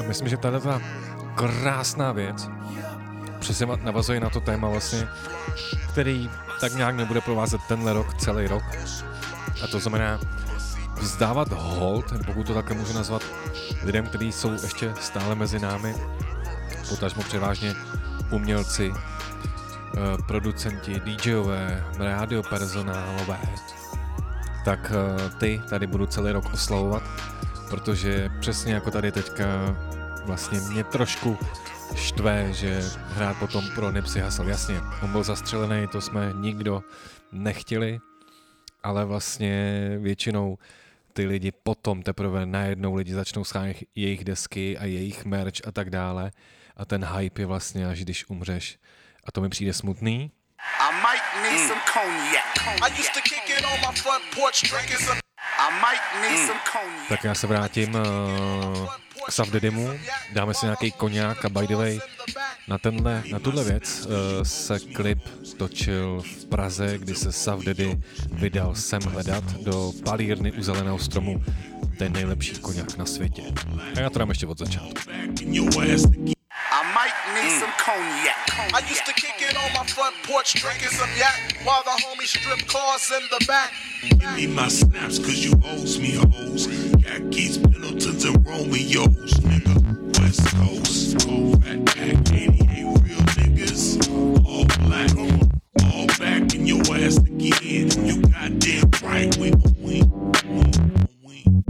myslím, že tato ta krásná věc přesně navazuje na to téma vlastně, který tak nějak nebude provázet tenhle rok, celý rok. A to znamená vzdávat hold, pokud to také můžu nazvat, lidem, kteří jsou ještě stále mezi námi, potažmo převážně umělci, producenti, DJové, rádiopersonálové, tak ty tady budu celý rok oslavovat, protože přesně jako tady teďka vlastně mě trošku štve, že hrát potom pro Nipsey Hussle. Jasně, on byl zastřelený, to jsme nikdo nechtěli, ale vlastně většinou ty lidi potom teprve najednou lidi začnou schánět jejich desky a jejich merch a tak dále a ten hype je vlastně až když umřeš a to mi přijde smutný. I might need some cognac. I used to kick it on my front porch drinking some. I might need some cognac. Tak já se vrátím uh, k Saf Daddymu, dáme si nějaký koňák a by the way, na, tenhle, na tuhle věc uh, se klip točil v Praze, kdy se Saf Daddy vydal sem hledat do palírny u Zeleného stromu ten nejlepší koňák na světě. A já to dám ještě od začátku. I might need some cognac. I used to kick it on my front porch drinking some yak while the homies strip cars in the back. Give me my snaps cause you owes me hoes. Khakis, Pendletons, and Romeos, nigga. West Coast, cold rat pack, eighty-eight real niggas. All black, all back in your ass again. You goddamn right, we gon' win, win, win.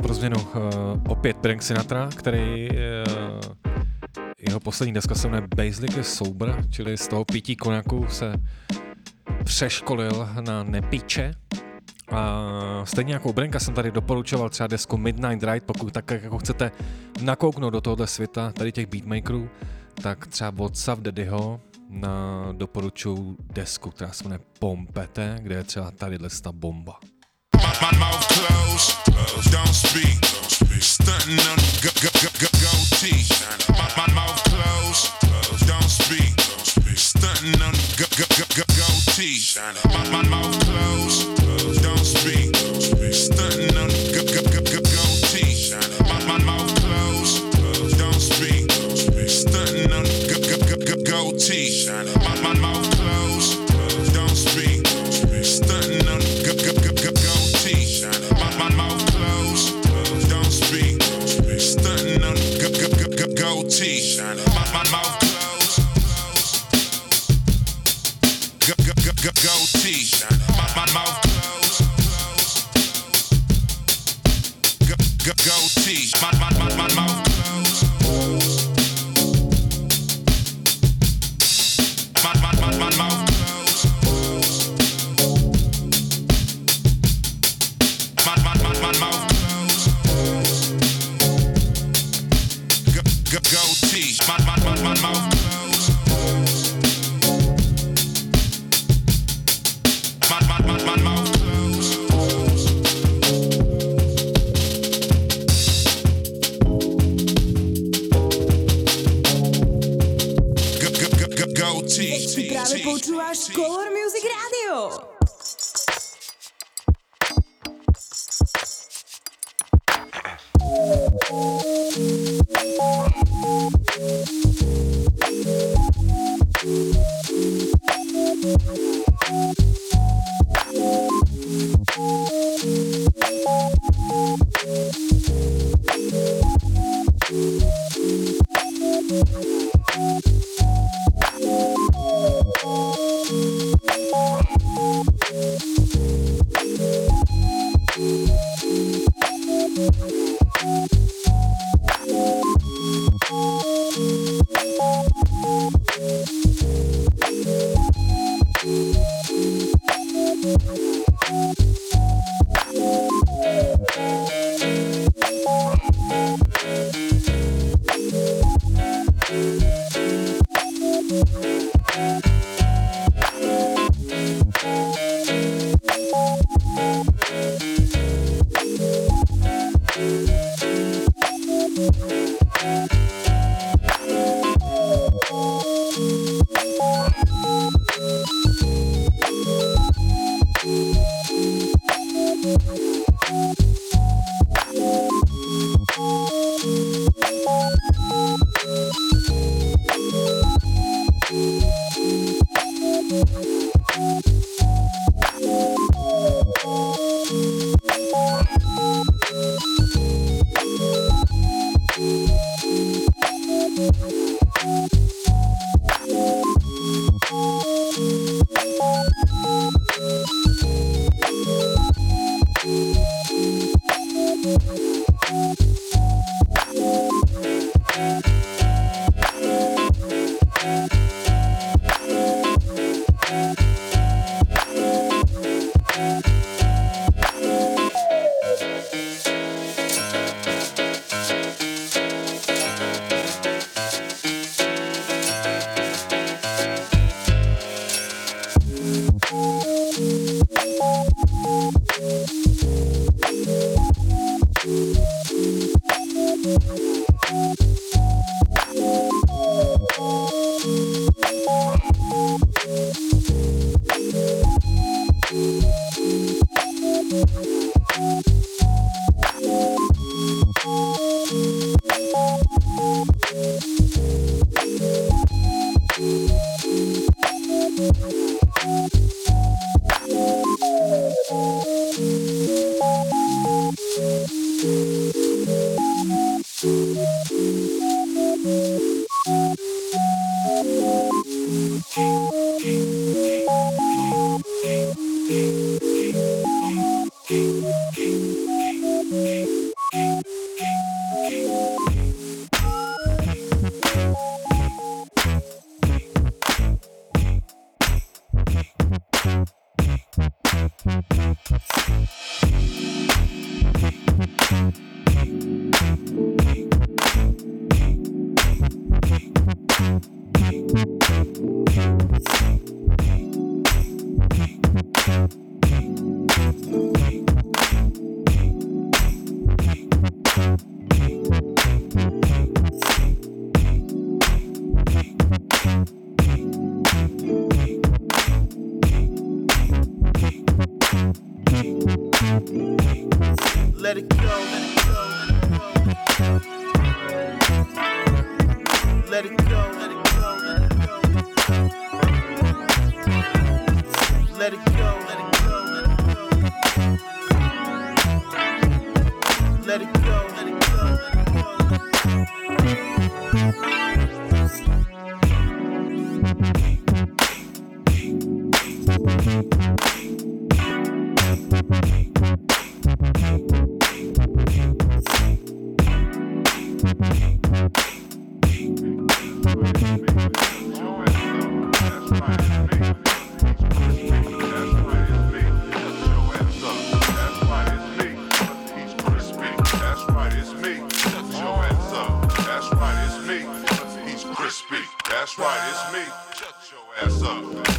pro změnu uh, opět Frank Sinatra, který uh, jeho poslední deska se jmenuje Basically Sober, čili z toho pití koněku se přeškolil na nepíče. A stejně jako u Branka jsem tady doporučoval třeba desku Midnight Ride, pokud tak jako chcete nakouknout do tohohle světa, tady těch beatmakerů, tak třeba od Sav Daddyho na doporučuju desku, která se jmenuje Pompete, kde je třeba tadyhle ta bomba. My mouth closed, don't speak. Stunting on the goatee. My mouth closed, don't speak. Stunting on the goatee. My mouth closed, don't speak. Stunting on the goatee. My mouth closed, don't speak. Stunting on the goatee. My mouth closed, don't speak. Stunting on the goatee. My mouth closed, don't speak. Stunting on the goatee. My mouth closed, goatee. My mouth closed, goatee. My my my my mouth closed. My my my my mouth closed. My my my my mouth closed. Goatee. My my my my mouth closed. My my my my mouth closed. Goatee. Ty právě počúváš Color Music Radio. Thank you. Let it go, let it go, let it go, let it go, let it go, let it go, let it go, let it go, let it go. That's right, it's me. Shut your ass up.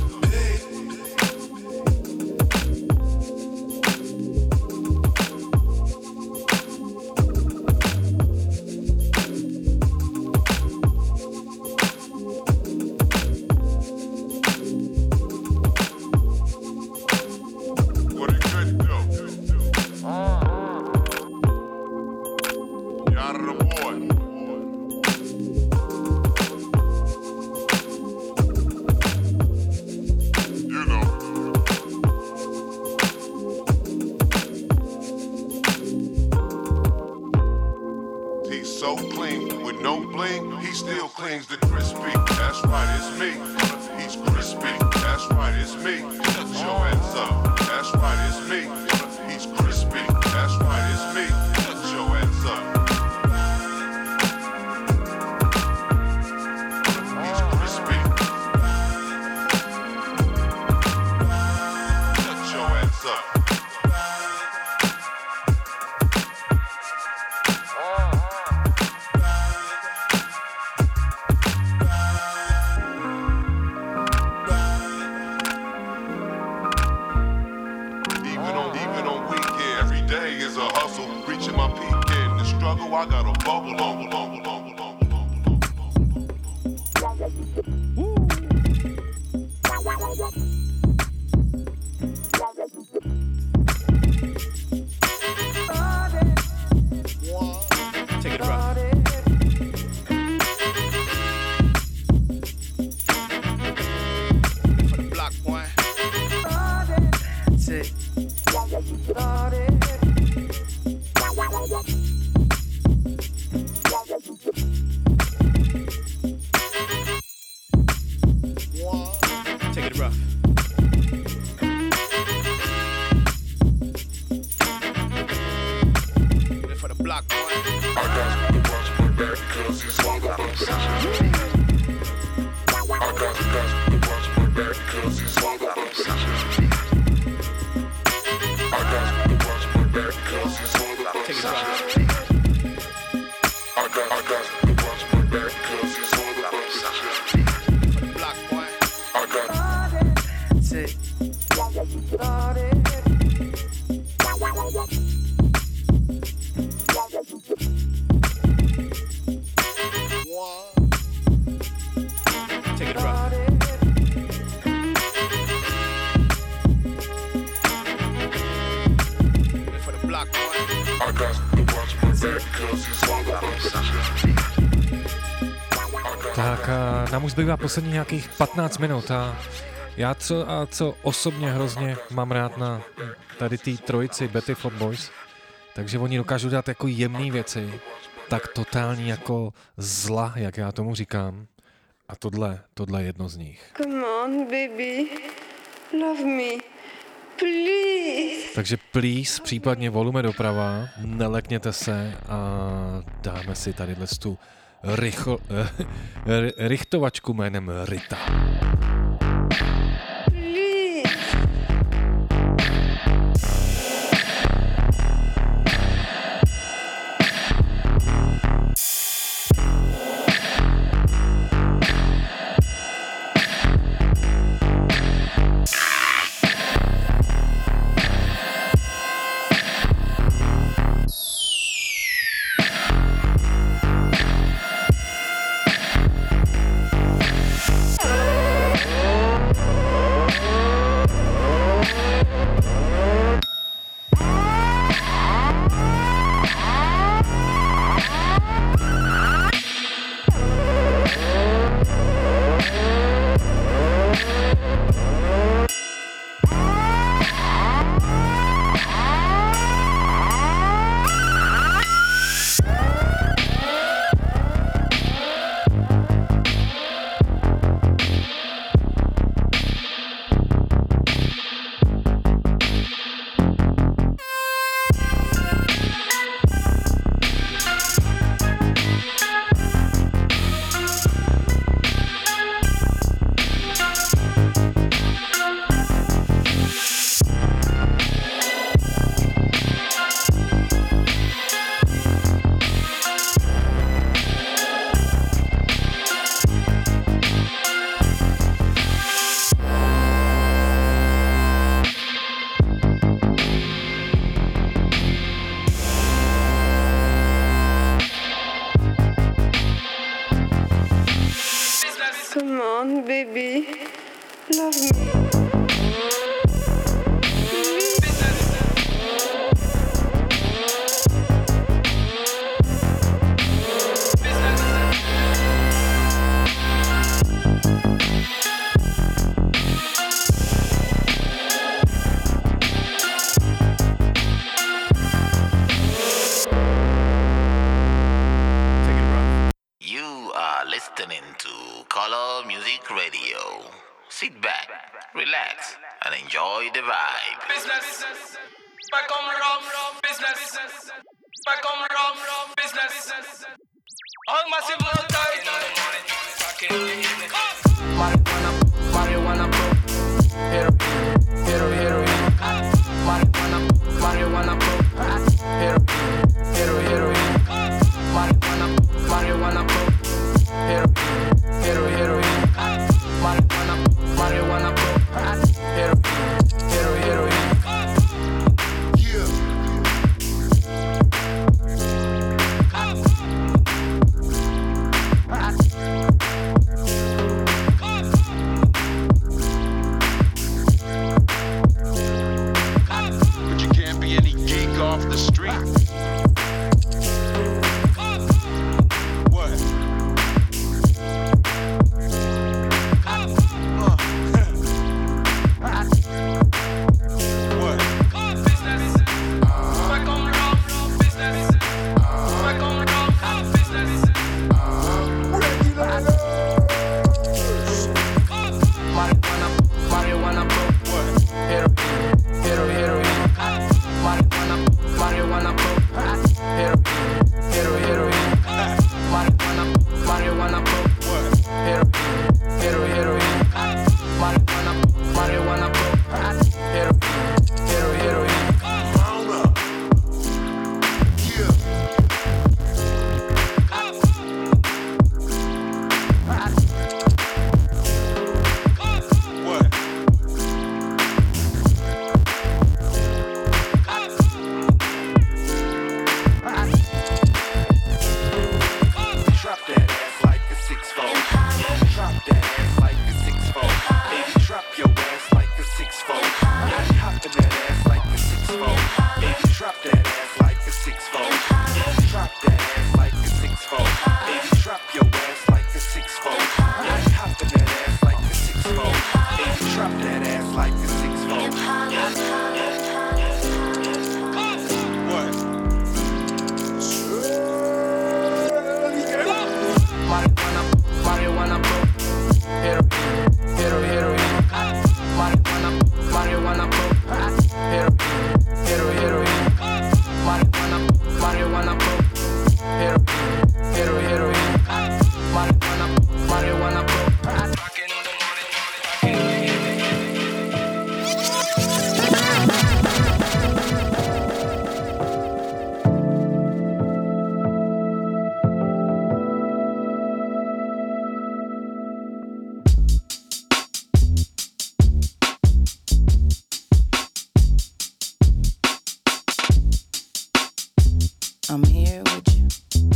What it could do. Y'all the boy. Still clings to crispy. That's right, it's me. He's crispy. That's right, it's me. Shut your ass up. That's right, it's me. He's crispy. That's right, it's me. Shut your ass up. He's crispy. Shut your ass up. I got a bubble on, bubble, bubble, bubble, Take it rough. For the block, boy. That's it. Take it rough. For the block, boy. I got to watch my back because he's all about obsession. I got to watch my back because he's all about obsession. I got to watch my back because he's all about obsession. I got, I got to watch my back because he's all about obsession. For the block, boy. I got. That's it. Take it rough. For the block, boy. I got to watch my back because he's all about obsession. Tak a nám už zbývá poslední nějakých patnáct minut a já co, a co osobně hrozně mám rád na tady té trojici Betty Ford Boys, takže oni dokážou dát jako jemné věci, tak totální jako zla, jak já tomu říkám. A tohle, tohle je jedno z nich. Come on, baby. Love me. Please. Takže please, případně volume doprava, nelekněte se a dáme si tadyhle tu rychl, eh, rychtovačku jménem Rita. Please. Come on, baby. Love me. Listening to Color Music Radio. Sit back, relax, and enjoy the vibe. Business. Back on rum, business. Back on rum, business. All massive low tide. Back in the evening. Marijuana, marijuana, bro. Hero, hero, hero, hero. Marijuana, marijuana, bro. Hero, hero, hero, hero. Marijuana, marijuana, bro. Hero, hero, hero, hero. Marijuana, marijuana, bro. Hero, hero, hero, hero. Yeah. But you can't be any geek off the street. I'm here with you.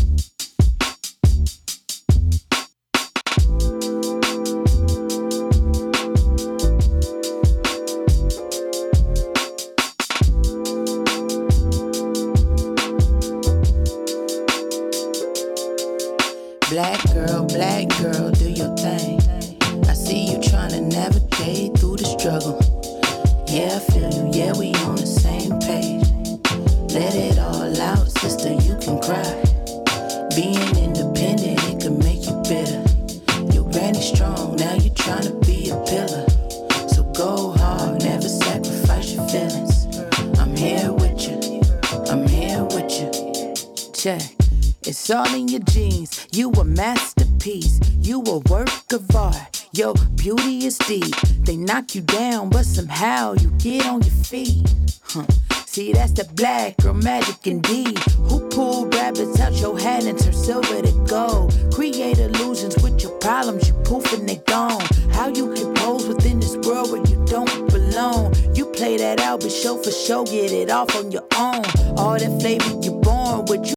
Black girl, black girl, do your thing. I see you trying to navigate through the struggle. Yeah, I feel you, yeah, we on the same page. Let it all out, sister, you can cry. Being independent, it can make you bitter. Your granny strong, now you trying to be a pillar. So go hard, never sacrifice your feelings. I'm here with you, I'm here with you. Check, it's all in your genes. You a masterpiece, you a work of art. Your beauty is deep. They knock you down, but somehow you get on your feet. Huh. See, that's the black girl magic indeed. Who pulled rabbits out your hat and turned silver to gold? Create illusions with your problems, you poof and they gone. How you can pose within this world where you don't belong? You play that out, but show for show, get it off on your own. All that flavor you born with, you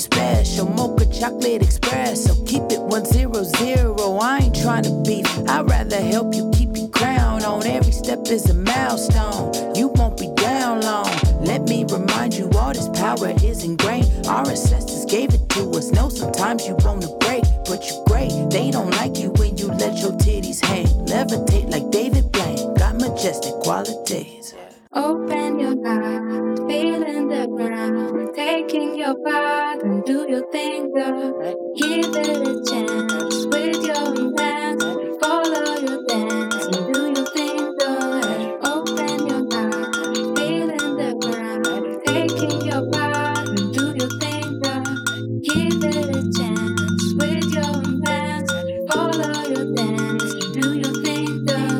special. Mocha chocolate espresso. Keep it one zero zero. I ain't trying to beef. I'd rather help you keep your crown on. Every step is a milestone. You won't be down long. Let me remind you, all this power is ingrained. Our ancestors gave it to us. Know sometimes you wanna break, but you're great. They don't like you when you let your titties hang. Levitate like David Blaine. Got majestic qualities. Open your eyes, feeling the ground, taking your path and do your thing, girl. Give it a chance with your hands, follow your dance and do your thing, girl. Open your eyes, feeling the ground, taking your path and do your thing, girl. Give it a chance with your hands, follow your dance and do your thing, girl.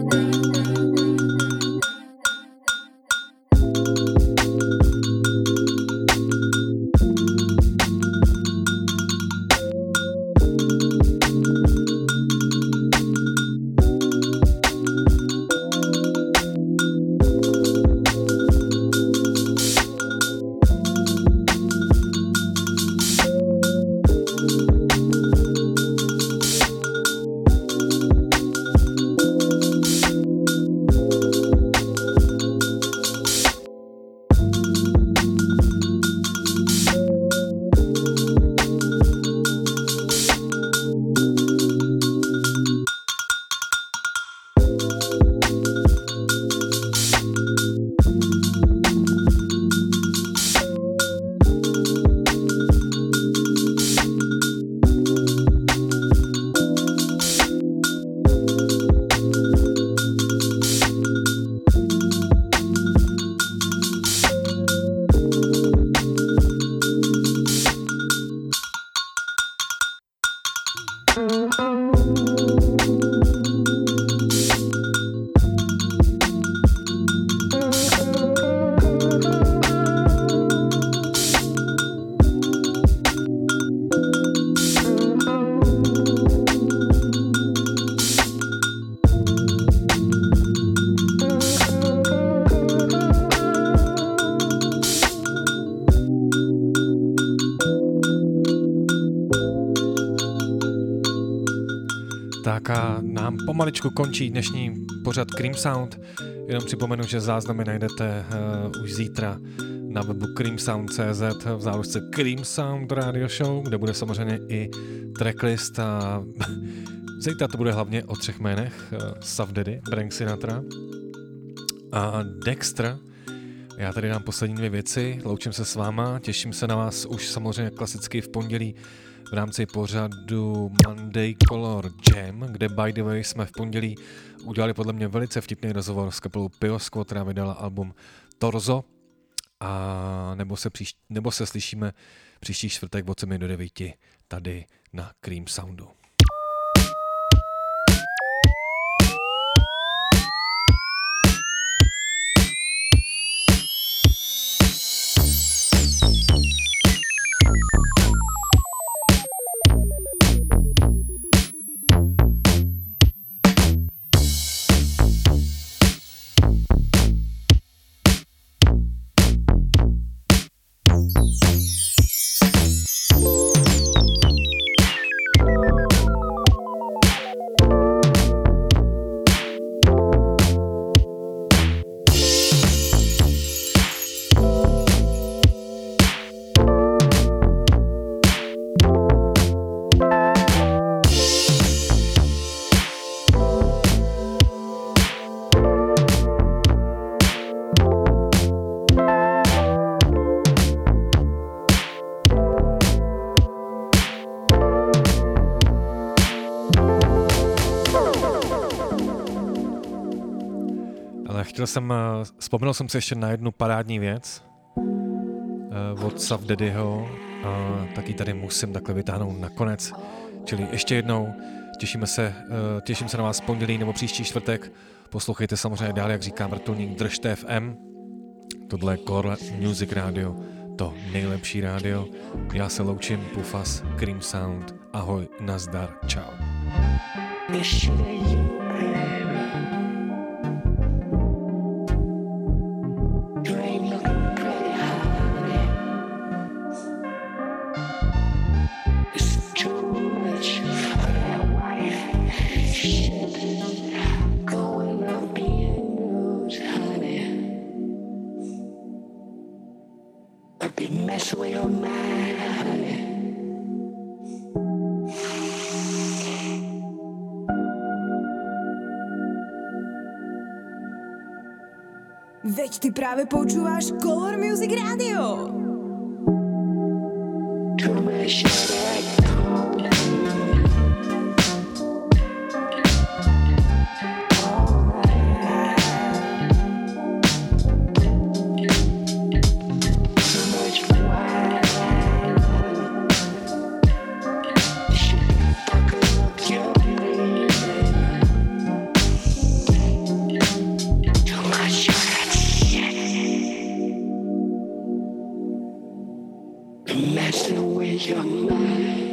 Pomaličku končí dnešní pořad Cream Sound. Jenom připomenu, že záznamy najdete uh, už zítra na webu creamsound tečka cé zet v záložce Cream Sound Radio Show, kde bude samozřejmě i tracklist a zítra to bude hlavně o třech jménech. Uh, Saf Daddy, Frank Sinatra a Dexter. Já tady dám poslední dvě věci, loučím se s váma, těším se na vás už samozřejmě klasicky v pondělí v rámci pořadu Monday Color Jam, kde by the way jsme v pondělí udělali podle mě velice vtipný rozhovor s kapelou Piosko, která vydala album Torzo, a nebo se, příš, nebo se slyšíme příští čtvrtek od sedmi do devíti tady na Cream Soundu. Chtěl jsem, vzpomněl jsem si ještě na jednu parádní věc uh, od Saf Daddyho, a taky tady musím takhle vytáhnout nakonec. Čili ještě jednou, těšíme se, uh, těším se na vás pondělí nebo příští čtvrtek. Poslouchejte samozřejmě dál, jak říká vrtulník, držte F M. Tohle je Core Music Radio, to nejlepší rádio. Já se loučím, Pufas, Cream Sound, ahoj, nazdar, čau. Veď ty práve počúvaš Color Music Radio. Messing with your mind.